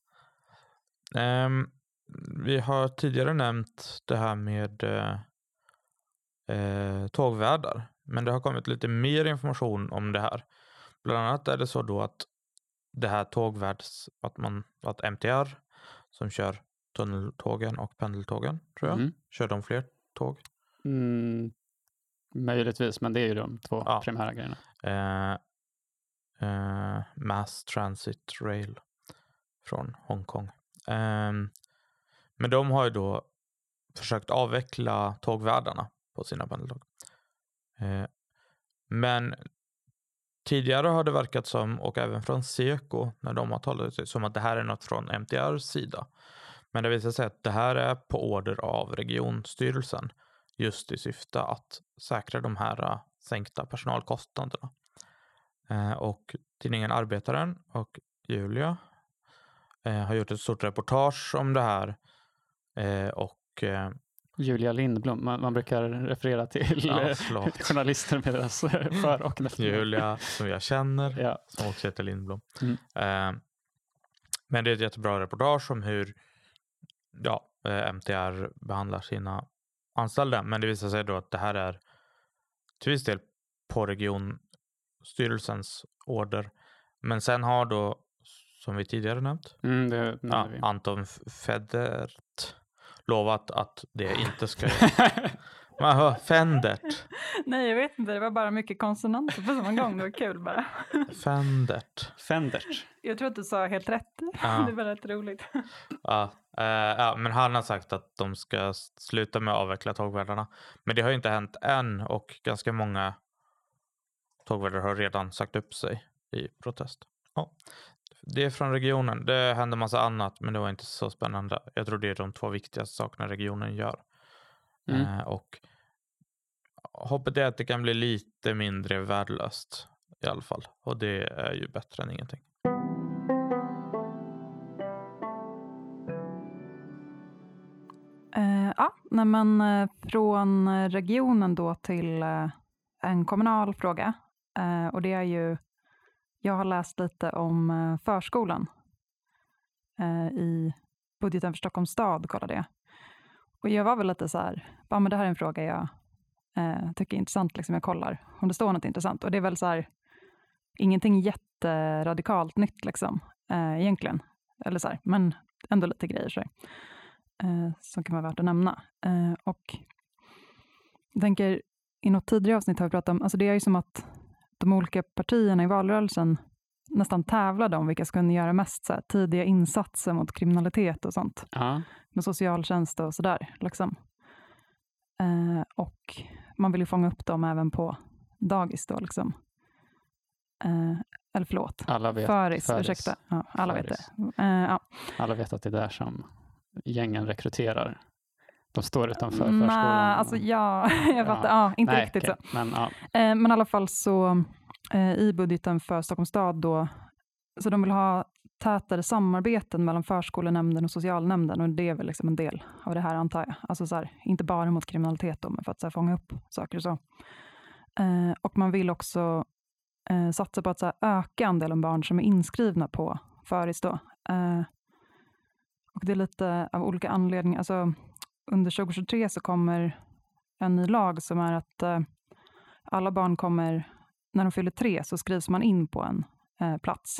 [SPEAKER 3] Ehm, vi har tidigare nämnt det här med eh, eh, tågvärdar, men det har kommit lite mer information om det här. Bland annat är det så då att det här tågvärds, att man, att M T R som kör tunneltågen och pendeltågen, tror jag,
[SPEAKER 2] Mm.
[SPEAKER 3] kör de fler tåg.
[SPEAKER 2] Mm. Möjligtvis, men det är ju de två
[SPEAKER 3] Ja.
[SPEAKER 2] primära grejerna.
[SPEAKER 3] Eh, eh, Mass Transit Rail från Hongkong. Eh, men de har ju då försökt avveckla tågvärdarna på sina pendeltåg. Eh, men tidigare har det verkat som, och även från Seko när de har talat, som att det här är något från M T R:s sida. Men det visar sig att det här är på order av regionstyrelsen, just i syfte att säkra de här uh, sänkta personalkostnaderna. Eh, och tidningen Arbetaren och Julia eh, har gjort ett stort reportage om det här. Eh, och eh,
[SPEAKER 2] Julia Lindblom, man, man brukar referera till
[SPEAKER 3] Ja,
[SPEAKER 2] eh,
[SPEAKER 3] förlåt.
[SPEAKER 2] journalister med deras för- och efternamn.
[SPEAKER 3] Julia, som jag känner,
[SPEAKER 2] Ja.
[SPEAKER 3] som också heter Lindblom.
[SPEAKER 2] Mm.
[SPEAKER 3] Eh, men det är ett jättebra reportage om hur ja, eh, M T R behandlar sina anställda. Men det visar sig då att det här är till viss del på regionstyrelsens order. Men sen har då, som vi tidigare nämnt,
[SPEAKER 2] Mm, det
[SPEAKER 3] ja,
[SPEAKER 2] vi.
[SPEAKER 3] Anton Federt lovat att det inte ska... Man hör Fendert.
[SPEAKER 4] Nej, jag vet inte. Det var bara mycket konsonanter på samma gång. Det var kul bara.
[SPEAKER 3] Fendert.
[SPEAKER 2] Fendert.
[SPEAKER 4] Jag tror att du sa helt rätt.
[SPEAKER 3] Ja.
[SPEAKER 4] Det var rätt roligt.
[SPEAKER 3] Ja, eh, ja, men han har sagt att de ska sluta med att avveckla tågvärdarna. Men det har ju inte hänt än och ganska många tågvärdar har redan sagt upp sig i protest. Ja. Det är från regionen. Det händer massa annat, men det var inte så spännande. Jag tror det är de två viktigaste sakerna regionen gör. Mm. Eh, och hoppet är att det kan bli lite mindre värdelöst i alla fall. Och det är ju bättre än ingenting.
[SPEAKER 4] Uh, ja, nej men uh, från regionen då till uh, en kommunal fråga. Uh, och det är ju, jag har läst lite om uh, förskolan uh, i budgeten för Stockholms stad, kollade jag. Och jag var väl lite så här, ja men det här är en fråga jag uh, tycker är intressant, liksom jag kollar om det står något intressant. Och det är väl så här, ingenting jätteradikalt nytt liksom, uh, egentligen. Eller så här, men ändå lite grejer så här. Eh, som kan vara värt att nämna. Eh, och jag tänker, i något tidigare avsnitt har vi pratat om, alltså det är ju som att de olika partierna i valrörelsen nästan tävlade om vilka ska kunna göra mest så här, tidiga insatser mot kriminalitet och sånt.
[SPEAKER 2] Ja.
[SPEAKER 4] Med socialtjänst och sådär. Liksom. Eh, och man vill ju fånga upp dem även på dagis då liksom. Eh, eller förlåt.
[SPEAKER 2] Alla vet.
[SPEAKER 4] Föris,
[SPEAKER 2] Föris.
[SPEAKER 4] ursäkta. Ja, alla
[SPEAKER 2] Föris.
[SPEAKER 4] vet det. Eh, ja.
[SPEAKER 2] Alla vet att det är där som gängen rekryterar. De står utanför
[SPEAKER 4] Nej,
[SPEAKER 2] förskolan.
[SPEAKER 4] alltså ja, jag fattar. Ja, inte
[SPEAKER 2] Nej,
[SPEAKER 4] riktigt
[SPEAKER 2] okay.
[SPEAKER 4] så.
[SPEAKER 2] Men, ja.
[SPEAKER 4] Eh, men i alla fall så eh, i budgeten för Stockholms stad då, så de vill ha tätare samarbeten mellan förskolenämnden och socialnämnden, och det är väl liksom en del av det här, antar jag. Alltså så här, inte bara mot kriminalitet då, men för att så här, fånga upp saker och så. Eh, och man vill också eh, satsa på att så här, öka andelen barn som är inskrivna på föris då. Eh, och det är lite av olika anledningar. Alltså under tjugohundratjugotre så kommer en ny lag som är att eh, alla barn kommer, när de fyller tre så skrivs man in på en eh, plats.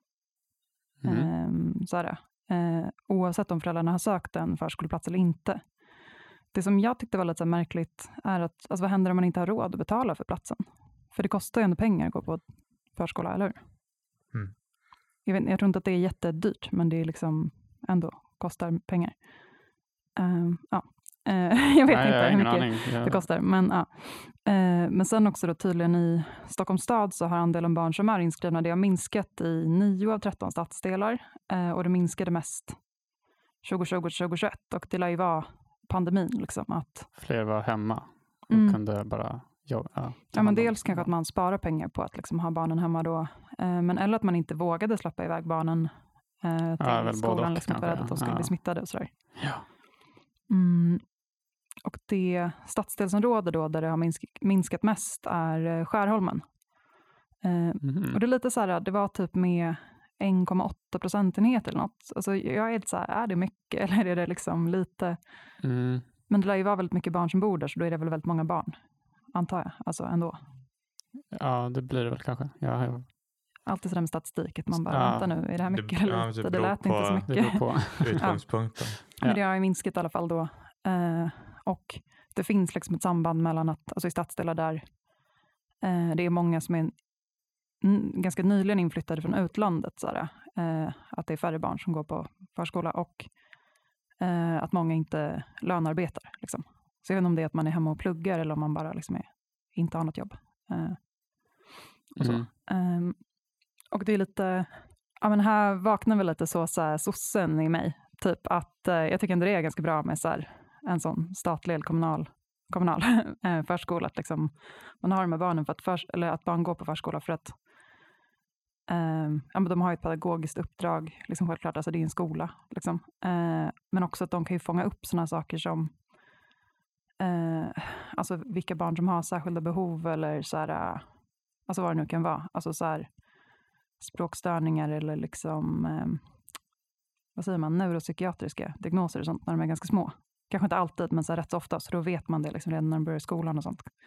[SPEAKER 2] Mm.
[SPEAKER 4] Eh, så är det. Eh, oavsett om föräldrarna har sökt en förskoleplats eller inte. Det som jag tyckte var lite så märkligt är att, alltså vad händer om man inte har råd att betala för platsen? För det kostar ju ändå pengar att gå på förskola, eller hur?
[SPEAKER 3] Mm.
[SPEAKER 4] Jag, vet, jag tror inte att det är jättedyrt, men det är liksom ändå kostar pengar. Uh, ja. uh, jag vet
[SPEAKER 2] Nej,
[SPEAKER 4] inte
[SPEAKER 2] jag
[SPEAKER 4] hur mycket
[SPEAKER 2] aning. Jag...
[SPEAKER 4] det kostar. Men, ja. uh, men sen också då tydligen i Stockholms stad så har andelen barn som är inskrivna, det har minskat i nio av tretton stadsdelar. Uh, och det minskade mest tjugotjugo till tjugohundratjugoett. Och det lär ju vara pandemin. Liksom, att,
[SPEAKER 2] Fler var hemma och
[SPEAKER 4] mm.
[SPEAKER 2] kunde bara jobba. Ja,
[SPEAKER 4] ja, men dels kanske att man sparar pengar på att liksom ha barnen hemma då. Uh, men eller att man inte vågade släppa iväg barnen Uh, till
[SPEAKER 2] ja,
[SPEAKER 4] skolan,
[SPEAKER 2] och,
[SPEAKER 4] liksom, för att de skulle
[SPEAKER 2] ja.
[SPEAKER 4] bli smittade och sådär.
[SPEAKER 2] Ja.
[SPEAKER 4] Mm. Och det stadsdelsområde då där det har minsk- minskat mest är uh, Skärholmen. Uh,
[SPEAKER 2] Mm.
[SPEAKER 4] och det är lite så här, det var typ med en komma åtta procentenhet eller något. Alltså jag är lite så här, är det mycket eller är det liksom lite?
[SPEAKER 2] Mm.
[SPEAKER 4] Men det lär ju vara väldigt mycket barn som bor där, så då är det väl väldigt många barn, antar jag, alltså ändå.
[SPEAKER 2] Ja, det blir det väl kanske. Ja, jag...
[SPEAKER 4] Alltid sådär med statistik, att man bara,
[SPEAKER 2] Ja.
[SPEAKER 4] vänta nu, är det här mycket
[SPEAKER 3] Det-
[SPEAKER 4] eller
[SPEAKER 3] ja,
[SPEAKER 4] lite?
[SPEAKER 3] det
[SPEAKER 4] Det,
[SPEAKER 3] beror
[SPEAKER 4] lät
[SPEAKER 3] på-
[SPEAKER 4] inte så
[SPEAKER 2] Det
[SPEAKER 4] mycket.
[SPEAKER 2] beror på.
[SPEAKER 3] Utgångspunkten.
[SPEAKER 4] Men det har ju minskat i alla fall då. Eh, och det finns liksom ett samband mellan att, alltså i stadsdelar där eh, det är många som är n- ganska nyligen inflyttade från utlandet, såhär, eh, att det är färre barn som går på förskola och eh, att många inte lönearbetar. Liksom. Så jag vet inte om det är att man är hemma och pluggar eller om man bara liksom är, inte har något jobb. Eh, och så.
[SPEAKER 2] Mm.
[SPEAKER 4] Eh, och det är lite, ja men här vaknar väl lite så, så här, sossen i mig. Typ att eh, jag tycker ändå det är ganska bra med så här, en sån statlig eller kommunal, kommunal eh, förskola. Att liksom, man har de här barnen för att, för, eller att barn går på förskola för att eh, ja, men de har ju ett pedagogiskt uppdrag, liksom självklart, alltså det är en skola. Liksom. Eh, men också att de kan ju fånga upp sådana saker som eh, alltså vilka barn som har särskilda behov eller så här, alltså vad det nu kan vara. Alltså så här, språkstörningar eller liksom eh, vad säger man, neuropsykiatriska diagnoser och sånt när de är ganska små. Kanske inte alltid, men så här rätt så ofta, så då vet man det liksom redan när de börjar skolan och sånt.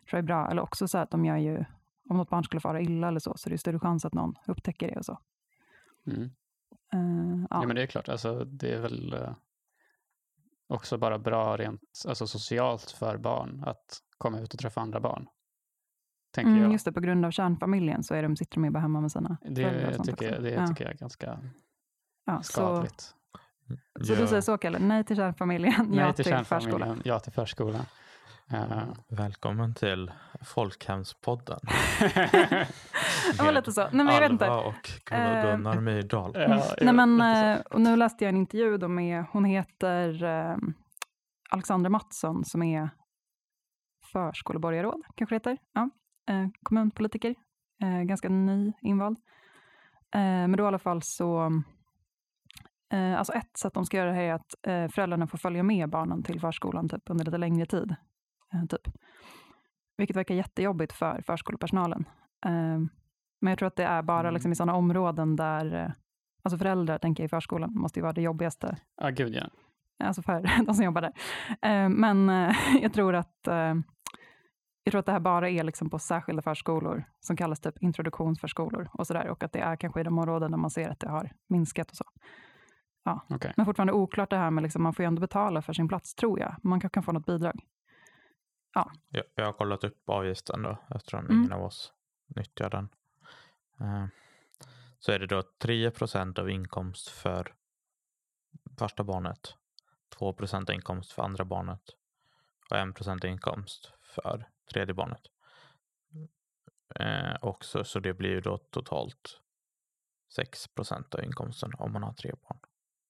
[SPEAKER 4] tror jag är bra. Eller också så att de gör ju, om något barn skulle fara illa eller så, så är det större chans att någon upptäcker det och så.
[SPEAKER 2] Mm.
[SPEAKER 4] Uh, ja.
[SPEAKER 2] Ja, men det är klart. Alltså, det är väl uh, också bara bra rent alltså, socialt för barn att komma ut och träffa andra barn. Tänker
[SPEAKER 4] mm,
[SPEAKER 2] jag.
[SPEAKER 4] Just det, på grund av kärnfamiljen så är de, sitter de ju bara hemma med sina
[SPEAKER 2] det,
[SPEAKER 4] föräldrar. Och sånt
[SPEAKER 2] tycker jag, det
[SPEAKER 4] ja.
[SPEAKER 2] tycker jag är ganska
[SPEAKER 4] ja,
[SPEAKER 2] skadligt.
[SPEAKER 4] Så, så ja. Du säger så, Kalle? Nej till kärnfamiljen,
[SPEAKER 2] Nej
[SPEAKER 4] ja
[SPEAKER 2] till,
[SPEAKER 4] till
[SPEAKER 2] kärnfamiljen,
[SPEAKER 4] förskolan.
[SPEAKER 2] ja till förskolan. Uh.
[SPEAKER 3] Välkommen till Folkhemspodden.
[SPEAKER 4] Det var lite så. Nej, men jag vet inte.
[SPEAKER 3] och Gunnar Myrdal.
[SPEAKER 4] Uh, ja, Nej, men, och nu läste jag en intervju då med, hon heter uh, Alexandra Mattsson som är förskoleborgarråd, kanske det heter. Ja. Uh, kommunpolitiker. Uh, ganska ny invald. Uh, men då i alla fall så uh, alltså ett sätt de ska göra det här är att uh, föräldrarna får följa med barnen till förskolan typ, under lite längre tid. Uh, typ. Vilket verkar jättejobbigt för förskolepersonalen. Uh, men jag tror att det är bara liksom, i sådana områden där uh, alltså föräldrar tänker i förskolan måste ju vara det jobbigaste.
[SPEAKER 2] Ja, ah, gud ja.
[SPEAKER 4] Alltså för de som jobbar där. Uh, men uh, jag tror att uh, jag tror att det här bara är liksom på särskilda förskolor som kallas typ introduktionsförskolor och sådär. Och att det är kanske i de områden där man ser att det har minskat och så. Ja.
[SPEAKER 2] Okay.
[SPEAKER 4] Men fortfarande oklart det här med liksom, man får ju ändå betala för sin plats tror jag. Man kan, kan få något bidrag. Ja.
[SPEAKER 3] Jag, jag har kollat upp avgiften då eftersom
[SPEAKER 4] mm.
[SPEAKER 3] ingen av oss nyttjar den. Uh, så är det då tre procent av inkomst för första barnet, två procent inkomst för andra barnet och en procent inkomst för tredje barnet. Uh, också, så det blir ju då totalt sex procent av inkomsten om man har tre barn.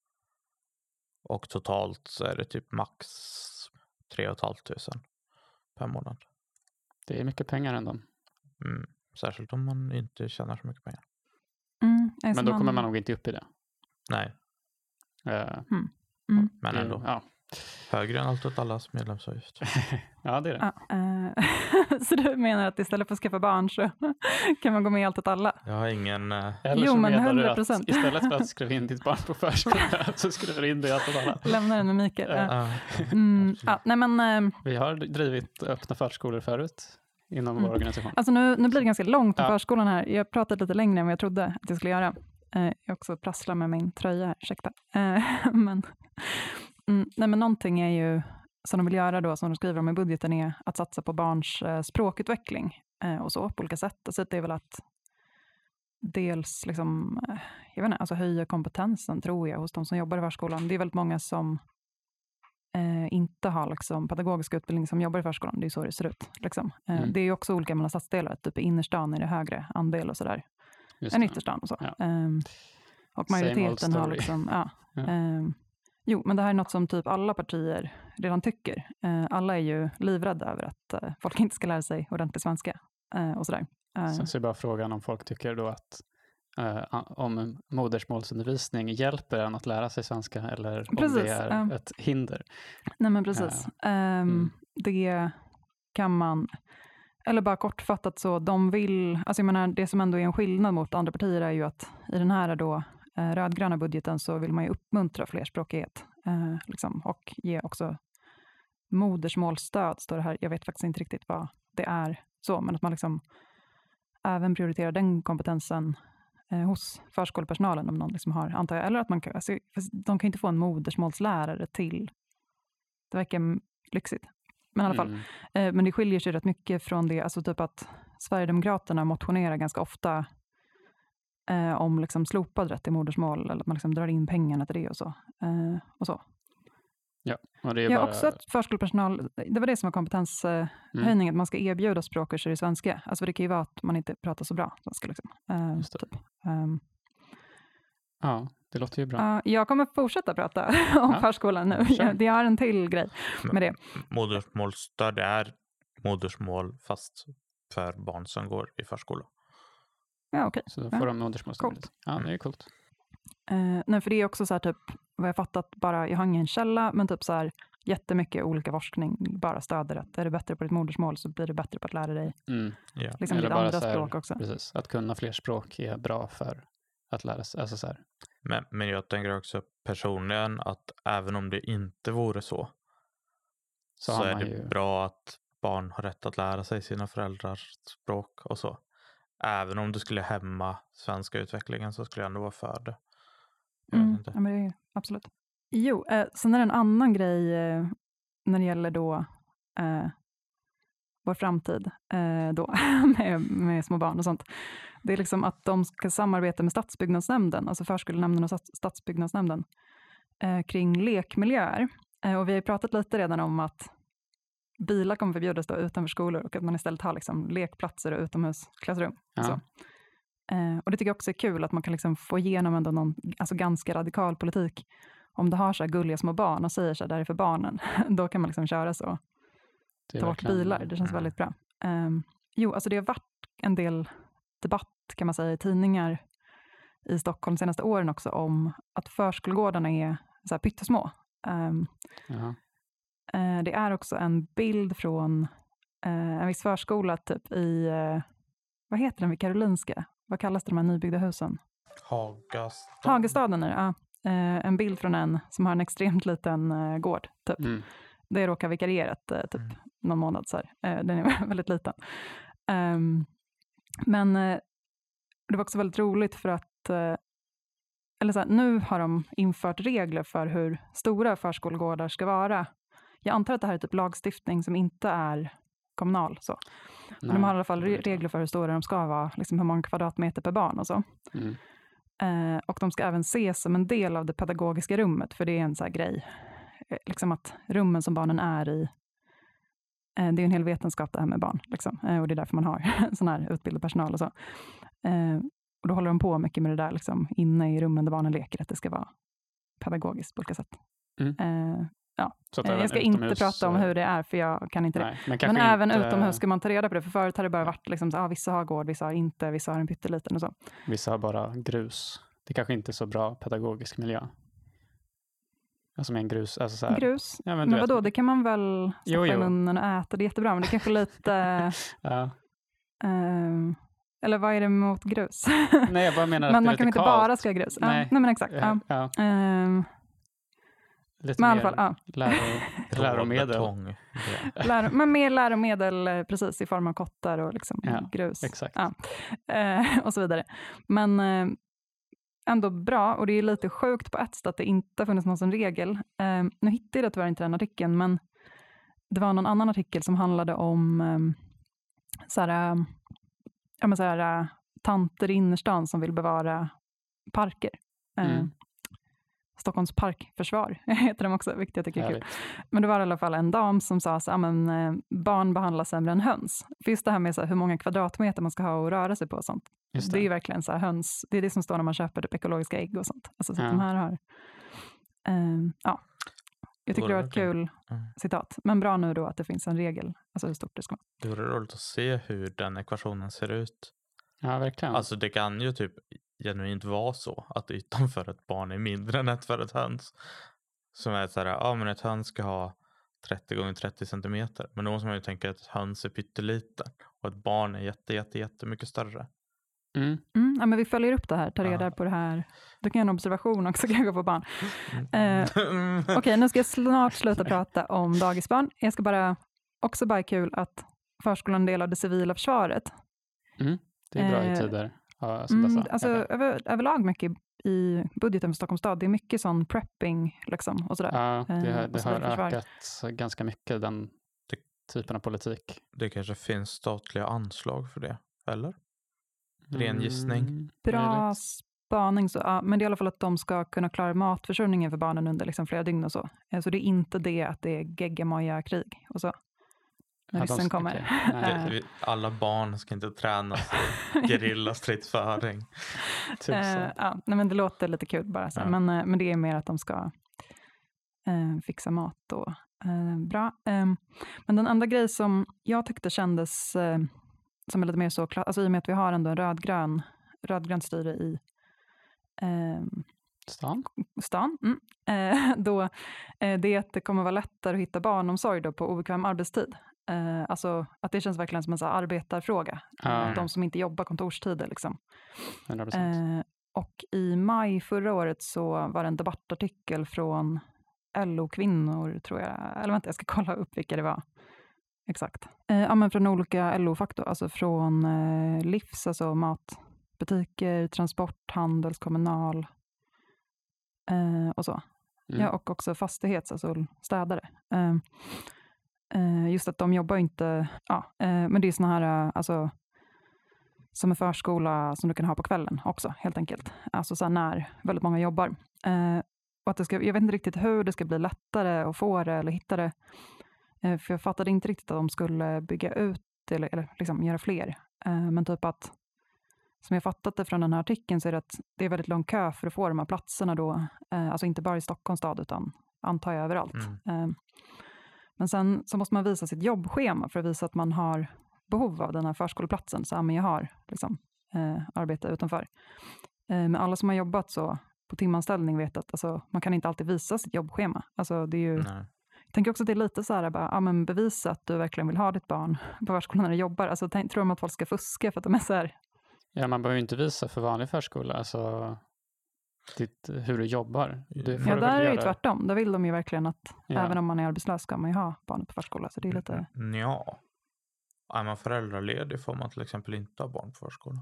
[SPEAKER 3] Och totalt så är det typ max tre och ett halvt tusen per månad.
[SPEAKER 2] Det är mycket pengar ändå.
[SPEAKER 3] Mm, särskilt om man inte tjänar så mycket pengar.
[SPEAKER 4] Mm,
[SPEAKER 2] men då man... kommer man nog inte upp i det.
[SPEAKER 3] Nej.
[SPEAKER 2] Uh,
[SPEAKER 4] mm. Mm.
[SPEAKER 3] Men ändå.
[SPEAKER 2] Det, ja.
[SPEAKER 3] Högre än allt åt allas medlemsavgift.
[SPEAKER 2] Ja, det är det.
[SPEAKER 4] Ja, uh, så du menar att istället för att skaffa barn så kan man gå med i allt åt alla?
[SPEAKER 3] Jag har ingen... Uh...
[SPEAKER 2] Eller
[SPEAKER 4] jo,
[SPEAKER 2] så
[SPEAKER 4] men
[SPEAKER 2] menar
[SPEAKER 4] hundra procent.
[SPEAKER 2] du att istället för att skriva in ditt barn på förskolan så skriver du in det i allt åt alla.
[SPEAKER 4] Lämna den med Mikael.
[SPEAKER 3] Uh,
[SPEAKER 4] uh. Mm, ja, nej men, uh...
[SPEAKER 2] Vi har drivit öppna förskolor förut inom mm. vår organisation.
[SPEAKER 4] Alltså nu, nu blir det ganska långt om
[SPEAKER 2] ja.
[SPEAKER 4] förskolan här. Jag pratade lite längre än vad jag trodde att jag skulle göra. Uh, jag också prasslar med min tröja här, ursäkta. Uh, men, mm, nej, men någonting är ju som de vill göra då, som de skriver om i budgeten, är att satsa på barns uh, språkutveckling uh, och så på olika sätt. Och så det är väl att dels liksom, uh, jag vet inte, alltså höja kompetensen tror jag hos de som jobbar i förskolan. Det är väldigt många som uh, inte har liksom pedagogisk utbildning som jobbar i förskolan. Det är så det ser ut. Liksom. Uh, mm. Det är ju också olika mellan stadsdelar. Typ i innerstan är det högre andel och sådär. En ytterstan och så. Ja. Um, och majoriteten har liksom, ja. ja. Um, jo, men det här är något som typ alla partier redan tycker. Uh, alla är ju livrädda över att uh, folk inte ska lära sig ordentlig svenska uh, och sådär. Uh,
[SPEAKER 2] Sen så är bara frågan om folk tycker då att uh, om modersmålsundervisning hjälper en att lära sig svenska eller precis, om det är uh, ett hinder.
[SPEAKER 4] Nej men precis. Uh, um, mm. Det kan man... Eller bara kortfattat så, de vill, alltså jag menar det som ändå är en skillnad mot andra partier är ju att i den här då eh, rödgröna budgeten så vill man ju uppmuntra flerspråkighet eh, liksom, och ge också modersmålsstöd står det här. Jag vet faktiskt inte riktigt vad det är så, men att man liksom även prioriterar den kompetensen eh, hos förskolepersonalen om någon liksom har, antar jag, eller att man kan, alltså, de kan inte få en modersmålslärare till, det verkar lyxigt. Men i alla fall,
[SPEAKER 2] mm.
[SPEAKER 4] eh, men det skiljer sig rätt mycket från det, alltså typ att Sverigedemokraterna motionerar ganska ofta eh, om liksom slopad rätt till modersmål, eller att man liksom drar in pengarna till det och så. Eh, och så.
[SPEAKER 2] Ja, och det är
[SPEAKER 4] ja
[SPEAKER 2] bara...
[SPEAKER 4] också att förskolepersonal, det var det som var kompetenshöjning, mm. att man ska erbjuda språkkurser i svenska. Alltså det kan ju vara att man inte pratar så bra svenska liksom. Eh, typ. um,
[SPEAKER 2] Ja, det låter ju bra.
[SPEAKER 4] Uh, jag kommer fortsätta prata om ja. förskolan nu.
[SPEAKER 2] Sure.
[SPEAKER 4] Det har en till grej med det.
[SPEAKER 3] Modersmålsstöd är modersmål fast för barn som går i förskola.
[SPEAKER 4] Ja, okej. Okay.
[SPEAKER 2] Så då får ja. de modersmålsstöd. Ja, det är coolt.
[SPEAKER 4] Uh, nej, för det är också så här typ, vad jag fattat bara, jag har ingen källa, men typ så här jättemycket olika forskning bara stöder att är det bättre på ditt modersmål så blir det bättre på att lära dig
[SPEAKER 2] mm.
[SPEAKER 3] yeah.
[SPEAKER 4] liksom ditt andra här, språk också.
[SPEAKER 2] Precis, att kunna fler språk är bra för att lära sig. Alltså så här.
[SPEAKER 3] Men, men jag tänker också personligen att även om det inte vore så så, så är det ju... bra att barn har rätt att lära sig sina föräldrars språk och så. Även om du skulle hämma svenska utvecklingen så skulle jag ändå vara för det. Jag
[SPEAKER 4] Mm,
[SPEAKER 3] vet inte.
[SPEAKER 4] ja, men det är, absolut. Jo, eh, sen är det en annan grej eh, när det gäller då eh, vår framtid eh, då, med, med små barn och sånt. Det är liksom att de ska samarbeta med stadsbyggnadsnämnden, alltså förskolenämnden och stats- stadsbyggnadsnämnden, eh, kring lekmiljöer. Eh, och vi har ju pratat lite redan om att bilar kommer förbjudas då utanför skolor och att man istället har liksom lekplatser och utomhusklassrum.
[SPEAKER 2] Ja.
[SPEAKER 4] Så. Eh, och det tycker jag också är kul att man kan liksom få igenom ändå någon alltså ganska radikal politik. Om du har så här gulliga små barn och säger så här, där är för barnen, då kan man liksom köra så.
[SPEAKER 2] Det är
[SPEAKER 4] Ta bort
[SPEAKER 2] verkligen-
[SPEAKER 4] bilar, det känns
[SPEAKER 3] Mm.
[SPEAKER 4] väldigt bra. Um, jo, alltså det har varit en del debatt kan man säga i tidningar i Stockholm de senaste åren också om att förskolegårdarna är så här pyttesmå. Um,
[SPEAKER 2] Ja.
[SPEAKER 4] uh, det är också en bild från uh, en viss förskola typ i, uh, vad heter den vid Karolinska? Vad kallas det de här nybyggda husen?
[SPEAKER 3] Hagastaden.
[SPEAKER 4] Hagastaden är det, ja. Uh, en bild från en som har en extremt liten uh, gård typ.
[SPEAKER 2] Mm.
[SPEAKER 4] Det råkar vikarierat uh, typ
[SPEAKER 3] Mm.
[SPEAKER 4] någon månad så här. Uh, den är väldigt liten. Um, men uh, det var också väldigt roligt för att uh, eller så här, nu har de infört regler för hur stora förskolegårdar ska vara. Jag antar att det här är typ lagstiftning som inte är kommunal. Så. Men de har i alla fall re- regler för hur stora de ska vara, liksom hur många kvadratmeter per barn och så.
[SPEAKER 2] Mm.
[SPEAKER 4] Eh, och de ska även ses som en del av det pedagogiska rummet, för det är en så här grej. Eh, liksom att rummen som barnen är i, eh, det är en hel vetenskap det här med barn. Liksom. Eh, och det är därför man har sån här utbildad personal och så. Eh, och då håller de på mycket med det där liksom, inne i rummen där barnen leker, att det ska vara pedagogiskt på olika sätt.
[SPEAKER 2] Mm.
[SPEAKER 4] Eh,
[SPEAKER 2] Så att
[SPEAKER 4] eh,
[SPEAKER 2] även
[SPEAKER 4] jag ska inte
[SPEAKER 2] utomhus,
[SPEAKER 4] prata om
[SPEAKER 2] eh,
[SPEAKER 4] hur det är, för jag kan inte det.
[SPEAKER 2] Nej, men
[SPEAKER 4] Men
[SPEAKER 2] kanske
[SPEAKER 4] även
[SPEAKER 2] inte,
[SPEAKER 4] utomhus ska man ta reda på det, för förut har det bara varit liksom, så, ah, vissa har gård, vissa har inte, vissa har en pytteliten och så.
[SPEAKER 2] Vissa har bara grus. Det kanske inte är så bra pedagogisk miljö. Alltså med en grus. Alltså så här,
[SPEAKER 4] Grus?
[SPEAKER 2] Ja, men
[SPEAKER 4] Men,
[SPEAKER 2] du vet-
[SPEAKER 4] vadå, det kan man väl stoppa
[SPEAKER 2] Jo,
[SPEAKER 4] i
[SPEAKER 2] jo.
[SPEAKER 4] munnen och äta, det är jättebra, men det är kanske lite...
[SPEAKER 2] Ja.
[SPEAKER 4] ehm, eller vad är det mot grus?
[SPEAKER 2] Nej, jag bara menar att
[SPEAKER 4] men
[SPEAKER 2] det
[SPEAKER 4] man
[SPEAKER 2] är
[SPEAKER 4] kan
[SPEAKER 2] lite
[SPEAKER 4] inte
[SPEAKER 2] kallt.
[SPEAKER 4] bara ska ha grus. Ja,
[SPEAKER 2] Nej.
[SPEAKER 4] nej, men exakt. Ja.
[SPEAKER 2] Ja, ja,
[SPEAKER 4] Ehm,
[SPEAKER 2] lite
[SPEAKER 4] men i
[SPEAKER 2] mer
[SPEAKER 4] alla fall, ja.
[SPEAKER 2] läro, läromedel.
[SPEAKER 3] Råbetong. Ja.
[SPEAKER 4] Lär, men mer läromedel eh, precis i form av kottar och liksom
[SPEAKER 2] Ja,
[SPEAKER 4] grus.
[SPEAKER 2] Exakt.
[SPEAKER 4] Ja. Eh, och så vidare. Men eh, ändå bra, och det är lite sjukt på ett sätt att det inte har funnits någon sån regel. Eh, nu hittade jag tyvärr inte den artikeln, men det var någon annan artikel som handlade om eh, så här, eh, ja, men så här, eh, tanter i innerstan som vill bevara parker. Eh,
[SPEAKER 2] Mm.
[SPEAKER 4] Stockholms parkförsvar heter de också, vilket jag tycker är kul.
[SPEAKER 2] Härligt.
[SPEAKER 4] Men det var i alla fall en dam som sa att eh, barn behandlas sämre än höns. För just det här med så här, hur många kvadratmeter man ska ha och röra sig på och sånt.
[SPEAKER 2] Just
[SPEAKER 4] Det är
[SPEAKER 2] det.
[SPEAKER 4] ju verkligen så här höns, det är det som står när man köper typ ekologiska ägg och sånt. Alltså så att
[SPEAKER 2] Ja.
[SPEAKER 4] de här har, ehm, ja. Jag tycker det var ett
[SPEAKER 3] verkligen-
[SPEAKER 4] kul
[SPEAKER 3] Mm.
[SPEAKER 4] citat. Men bra nu då att det finns en regel, alltså hur stort det ska vara.
[SPEAKER 3] Det vore roligt att se hur den ekvationen ser ut.
[SPEAKER 2] Ja, verkligen.
[SPEAKER 3] Alltså det kan ju typ genuint vara så att ytan för ett barn är mindre än ett för ett höns. Som är så här, ja men ett höns ska ha trettio gånger trettio centimeter. Men då måste man ju tänka att ett höns är pytteliten. Och ett barn är jätte, jätte, jättemycket större.
[SPEAKER 2] Mm.
[SPEAKER 4] Mm, ja, men vi följer upp det här, tar reda
[SPEAKER 3] Ja.
[SPEAKER 4] på det här. Du kan göra en observation också kanske på barn.
[SPEAKER 3] Mm.
[SPEAKER 4] Eh, Okej, nu ska jag snart sluta prata om dagisbarn. Jag ska bara, också bara kul att förskolan är en del av det civila försvaret.
[SPEAKER 2] Det är bra i
[SPEAKER 4] eh,
[SPEAKER 2] tider ja, som
[SPEAKER 4] Mm,
[SPEAKER 2] dessa.
[SPEAKER 4] alltså
[SPEAKER 2] kanske.
[SPEAKER 4] över, överlag mycket i budgeten för Stockholms stad. Det är mycket sån prepping liksom och sådär.
[SPEAKER 2] Ja, det, har-
[SPEAKER 4] eh, och
[SPEAKER 2] det
[SPEAKER 4] så
[SPEAKER 2] har
[SPEAKER 4] vidare försvar.
[SPEAKER 2] ökat ganska mycket, den typen av politik.
[SPEAKER 3] Det kanske finns statliga anslag för det. Eller? Ren gissning.
[SPEAKER 2] Mm,
[SPEAKER 4] Bra
[SPEAKER 2] möjligt.
[SPEAKER 4] spaning. Så, ja, men det är i alla fall att de ska kunna klara matförsörjningen för barnen under liksom flera dygn och så. Eh, Så det är inte det att det är geggamoja-krig och så. När
[SPEAKER 2] Ja, de
[SPEAKER 4] ryssen
[SPEAKER 2] ska-
[SPEAKER 4] kommer.
[SPEAKER 2] okej. Nej,
[SPEAKER 4] Eh,
[SPEAKER 3] Det, vi- alla barn ska inte tränas i gerillastridsföring.
[SPEAKER 2] typ
[SPEAKER 4] Eh,
[SPEAKER 2] så.
[SPEAKER 4] ja, nej, men det låter lite kul bara. Så. här.
[SPEAKER 3] Ja.
[SPEAKER 4] Men, eh, men det är mer att de ska eh, fixa mat då. Eh, bra. Ehm, men den andra grej som jag tyckte kändes eh, som är lite mer så klart, alltså i och med att vi har ändå en rödgrön, rödgrönt styre i ehm,
[SPEAKER 2] Stan?
[SPEAKER 4] stan, mm. eh, då eh, det är att det kommer vara lättare att hitta barnomsorg då på obekväm arbetstid. Eh, alltså att det känns verkligen som en så här arbetarfråga.
[SPEAKER 2] Ja.
[SPEAKER 4] Eh, de som inte jobbar kontorstider liksom.
[SPEAKER 2] hundra procent.
[SPEAKER 4] Eh, och i maj förra året så var det en debattartikel från L O-kvinnor, tror jag. Eller vänta, jag ska kolla upp vilka det var. exakt. Eh, ja, men från olika L O-fack då, alltså från eh, livs, alltså matbutiker, transport, handels, kommunal eh, och så.
[SPEAKER 2] Mm.
[SPEAKER 4] Ja, och också fastighets, alltså städare. Eh, eh, just att de jobbar inte, ja, eh, men det är såna här, eh, alltså som en förskola som du kan ha på kvällen också, helt enkelt. Alltså så här när väldigt många jobbar. Eh, och att det ska, jag vet inte riktigt hur det ska bli lättare att få det eller hitta det. Eh, för jag fattade inte riktigt att de skulle bygga ut eller, eller liksom göra fler. Eh, men typ att, som jag fattat det från den här artikeln, så är det att det är väldigt lång kö för att få de här platserna då. Eh, alltså inte bara i Stockholms stad, utan antar jag överallt.
[SPEAKER 3] Mm.
[SPEAKER 4] Eh, men sen så måste man visa sitt jobbschema för att visa att man har behov av den här förskoleplatsen. Så ja, men jag har liksom, eh, arbete utanför. Eh, men alla som har jobbat så på timanställning vet att alltså, man kan inte alltid visa sitt jobbschema. Alltså, det är ju,
[SPEAKER 3] Nej.
[SPEAKER 4] jag tänker också att det är lite så här, bara, ja, men bevisa att du verkligen vill ha ditt barn på förskolan när du jobbar. Alltså, tänk, tror de att folk ska fuska för att de är så här.
[SPEAKER 2] Ja, man behöver ju inte visa för vanlig förskola, alltså ditt, hur du jobbar. Det får
[SPEAKER 4] Ja,
[SPEAKER 2] du
[SPEAKER 4] där
[SPEAKER 2] väl
[SPEAKER 4] är det ju
[SPEAKER 2] göra.
[SPEAKER 4] tvärtom. Där vill de ju verkligen att
[SPEAKER 2] Ja.
[SPEAKER 4] även om man är arbetslös ska man ju ha barnet på förskola. Så det är lite...
[SPEAKER 3] Mm, ja. Är man föräldraledig får man till exempel inte ha barn på förskolan.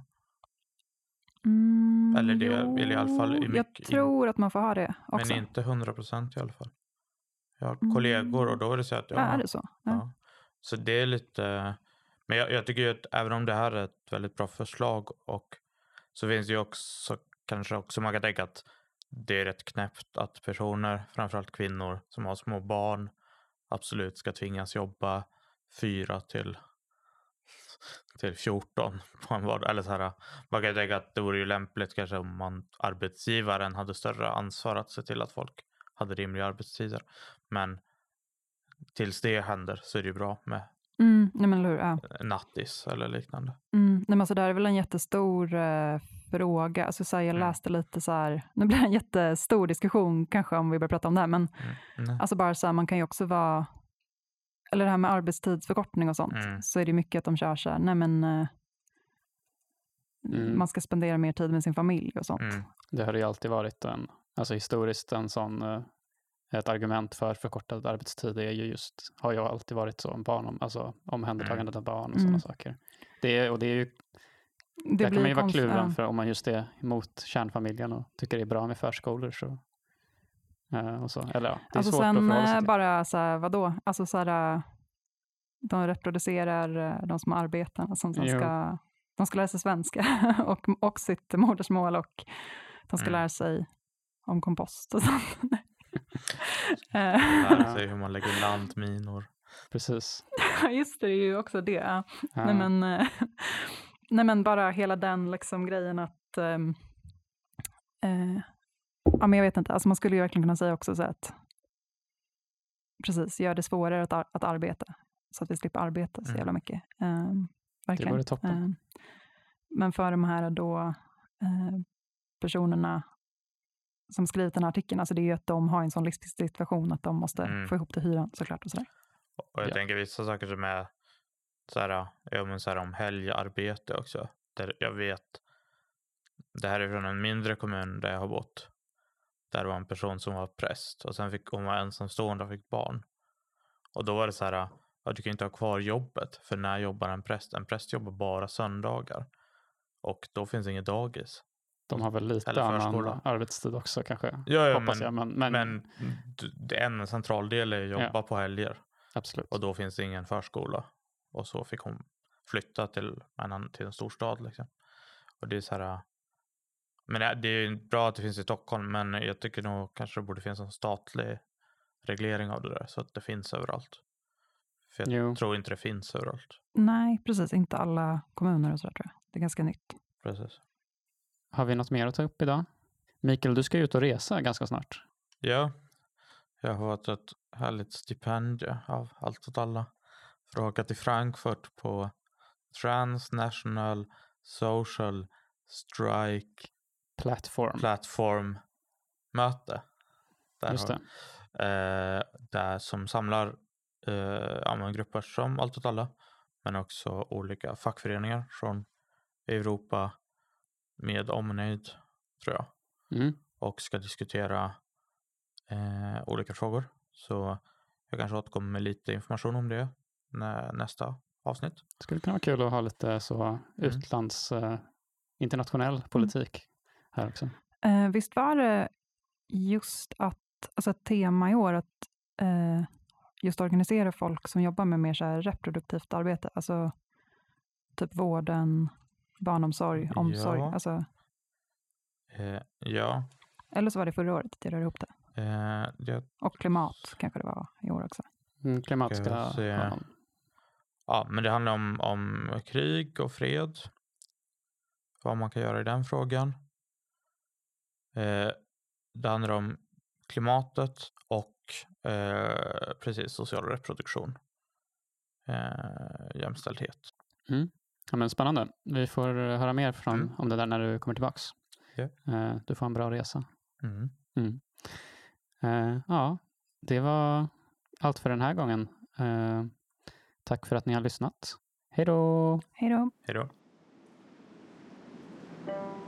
[SPEAKER 4] Mm,
[SPEAKER 3] Eller det-
[SPEAKER 4] jo,
[SPEAKER 3] eller i alla fall i
[SPEAKER 4] jag
[SPEAKER 3] mycket-
[SPEAKER 4] tror att man får ha det också.
[SPEAKER 3] Men inte hundra procent i alla fall. Jag har
[SPEAKER 4] Mm.
[SPEAKER 3] kollegor och då är det så att
[SPEAKER 4] Ja, är det så? Ja.
[SPEAKER 3] ja. Så det är lite, men jag, jag tycker ju att även om det här är ett väldigt bra förslag, och så finns det ju också kanske också man kan tänka att det är rätt knäppt att personer, framförallt kvinnor som har små barn, absolut ska tvingas jobba fyra till till fjorton på en vardag. Eller så här, man kan tänka att det vore ju lämpligt kanske om man, arbetsgivaren hade större ansvar att se till att folk hade rimliga arbetstider. Men tills det händer så är det ju bra med
[SPEAKER 4] Mm, nej men eller hur, ja.
[SPEAKER 3] nattis eller liknande.
[SPEAKER 4] Mm, nej men alltså det här är väl en jättestor eh, fråga. Alltså så här, jag
[SPEAKER 3] Mm.
[SPEAKER 4] läste lite så här, nu blir det en jättestor diskussion kanske om vi börjar prata om det här, men
[SPEAKER 3] Mm. Nej.
[SPEAKER 4] alltså bara så här, man kan ju också vara, eller det här med arbetstidsförkortning och sånt,
[SPEAKER 3] Mm.
[SPEAKER 4] så är det mycket att de kör så här, nej men eh,
[SPEAKER 2] Mm.
[SPEAKER 4] man ska spendera mer tid med sin familj och sånt.
[SPEAKER 3] Mm.
[SPEAKER 2] Det har ju alltid varit en, alltså historiskt en sån, eh, ett argument för förkortad arbetstid är ju just, har ju alltid varit så, om barn, om, alltså omhändertagandet av barn och
[SPEAKER 4] Mm.
[SPEAKER 2] sådana saker. Det är, och det är ju,
[SPEAKER 4] Det
[SPEAKER 2] där kan man ju vara
[SPEAKER 4] konst-
[SPEAKER 2] kluven,
[SPEAKER 4] ja.
[SPEAKER 2] för om man just är emot kärnfamiljen och tycker det är bra med förskolor så, eh, och så. Eller ja, det är
[SPEAKER 4] Alltså
[SPEAKER 2] svårt
[SPEAKER 4] sen
[SPEAKER 2] att förhålla sig
[SPEAKER 4] eh,
[SPEAKER 2] till.
[SPEAKER 4] bara så här, vadå? Alltså så här, eh, de reproducerar eh, de som arbetar, som, som
[SPEAKER 2] Jo.
[SPEAKER 4] ska, de ska lära sig svenska och, och sitt modersmål, och de ska
[SPEAKER 3] Mm.
[SPEAKER 4] lära sig om kompost och sånt. Eh,
[SPEAKER 3] Lära sig hur man lägger landminor.
[SPEAKER 2] Precis.
[SPEAKER 4] Just det, det är ju också det. Ja.
[SPEAKER 2] Ja.
[SPEAKER 4] Nej, men, eh, nej men bara hela den liksom grejen att ehm, eh, ja, men jag vet inte, alltså man skulle ju verkligen kunna säga också så att precis, gör det svårare att, ar- att arbeta så att vi slipper arbeta så
[SPEAKER 3] Mm.
[SPEAKER 4] jävla mycket. Ehm, verkligen.
[SPEAKER 2] vore toppen.
[SPEAKER 4] Ehm, men för de här då eh, personerna som skrivit den här artikeln, alltså det är ju att de har en sån livssituation att de måste
[SPEAKER 3] Mm.
[SPEAKER 4] få ihop till hyran såklart och sådär.
[SPEAKER 3] Och jag
[SPEAKER 2] Ja.
[SPEAKER 3] tänker vissa saker som är så här, ja, men så här om helgarbete också. Där jag vet, det här är från en mindre kommun där jag har bott. Där var en person som var präst och sen fick hon var ensamstående och fick barn. Och då var det så här, ja, du kan inte ha kvar jobbet, för när jobbar en präst? En präst jobbar bara söndagar. Och då finns inget dagis.
[SPEAKER 2] De har väl lite
[SPEAKER 3] Eller
[SPEAKER 2] annan
[SPEAKER 3] förskola.
[SPEAKER 2] arbetstid också kanske.
[SPEAKER 3] Ja, ja,
[SPEAKER 2] hoppas
[SPEAKER 3] men,
[SPEAKER 2] jag. Men, men,
[SPEAKER 3] men d- det är en central del är att jobba
[SPEAKER 2] Ja.
[SPEAKER 3] på helger.
[SPEAKER 2] absolut.
[SPEAKER 3] Och då finns det ingen förskola. Och så fick hon flytta till en, annan- till en storstad liksom. Och det är så här. Men det, det är ju bra att det finns i Stockholm, men jag tycker nog kanske det borde finnas en statlig reglering av det där så att det finns överallt. För jag
[SPEAKER 2] Jo.
[SPEAKER 3] tror inte det finns överallt.
[SPEAKER 4] Nej, precis. Inte alla kommuner och sådär tror jag. Det är ganska nytt.
[SPEAKER 3] Precis.
[SPEAKER 2] Har vi något mer att ta upp idag? Mikael, du ska ju ut och resa ganska snart.
[SPEAKER 3] Ja, jag har fått ett härligt stipendium av Allt åt alla för att åka till Frankfurt på Transnational Social Strike
[SPEAKER 2] Platform.
[SPEAKER 3] Platform möte. Där
[SPEAKER 2] Just
[SPEAKER 3] har-
[SPEAKER 2] det.
[SPEAKER 3] Eh, där som samlar eh, ja, men grupper som Allt åt alla, men också olika fackföreningar från Europa med omnejd, tror jag,
[SPEAKER 2] Mm.
[SPEAKER 3] och ska diskutera eh, olika frågor. Så jag kanske återkommer med lite information om det nä, nästa avsnitt.
[SPEAKER 2] Det skulle kunna vara kul att ha lite så mm. utlands, eh, internationell politik mm. här också.
[SPEAKER 4] Eh, visst var det just att, alltså ett tema i år att eh, just organisera folk som jobbar med mer så här reproduktivt arbete, alltså typ vården, barnomsorg, omsorg,
[SPEAKER 3] ja.
[SPEAKER 4] alltså.
[SPEAKER 3] Eh, ja.
[SPEAKER 4] Eller så var det förra året, jag rör ihop det.
[SPEAKER 3] Eh, det.
[SPEAKER 4] Och klimat kanske det var i år också.
[SPEAKER 2] Mm, klimat ska ha någon.
[SPEAKER 3] Ja, men det handlar om, om krig och fred. Vad man kan göra i den frågan. Eh, det handlar om klimatet och eh, precis social reproduktion. Eh, jämställdhet.
[SPEAKER 2] Mm. Ja, men spännande. Vi får höra mer från, mm. om det där när du kommer tillbaks.
[SPEAKER 3] Yeah.
[SPEAKER 2] Eh, du får en bra resa.
[SPEAKER 3] Mm.
[SPEAKER 2] Mm. Eh, ja, det var allt för den här gången. Eh, tack för att ni har lyssnat. Hej då!
[SPEAKER 4] Hej då!
[SPEAKER 3] Hej då!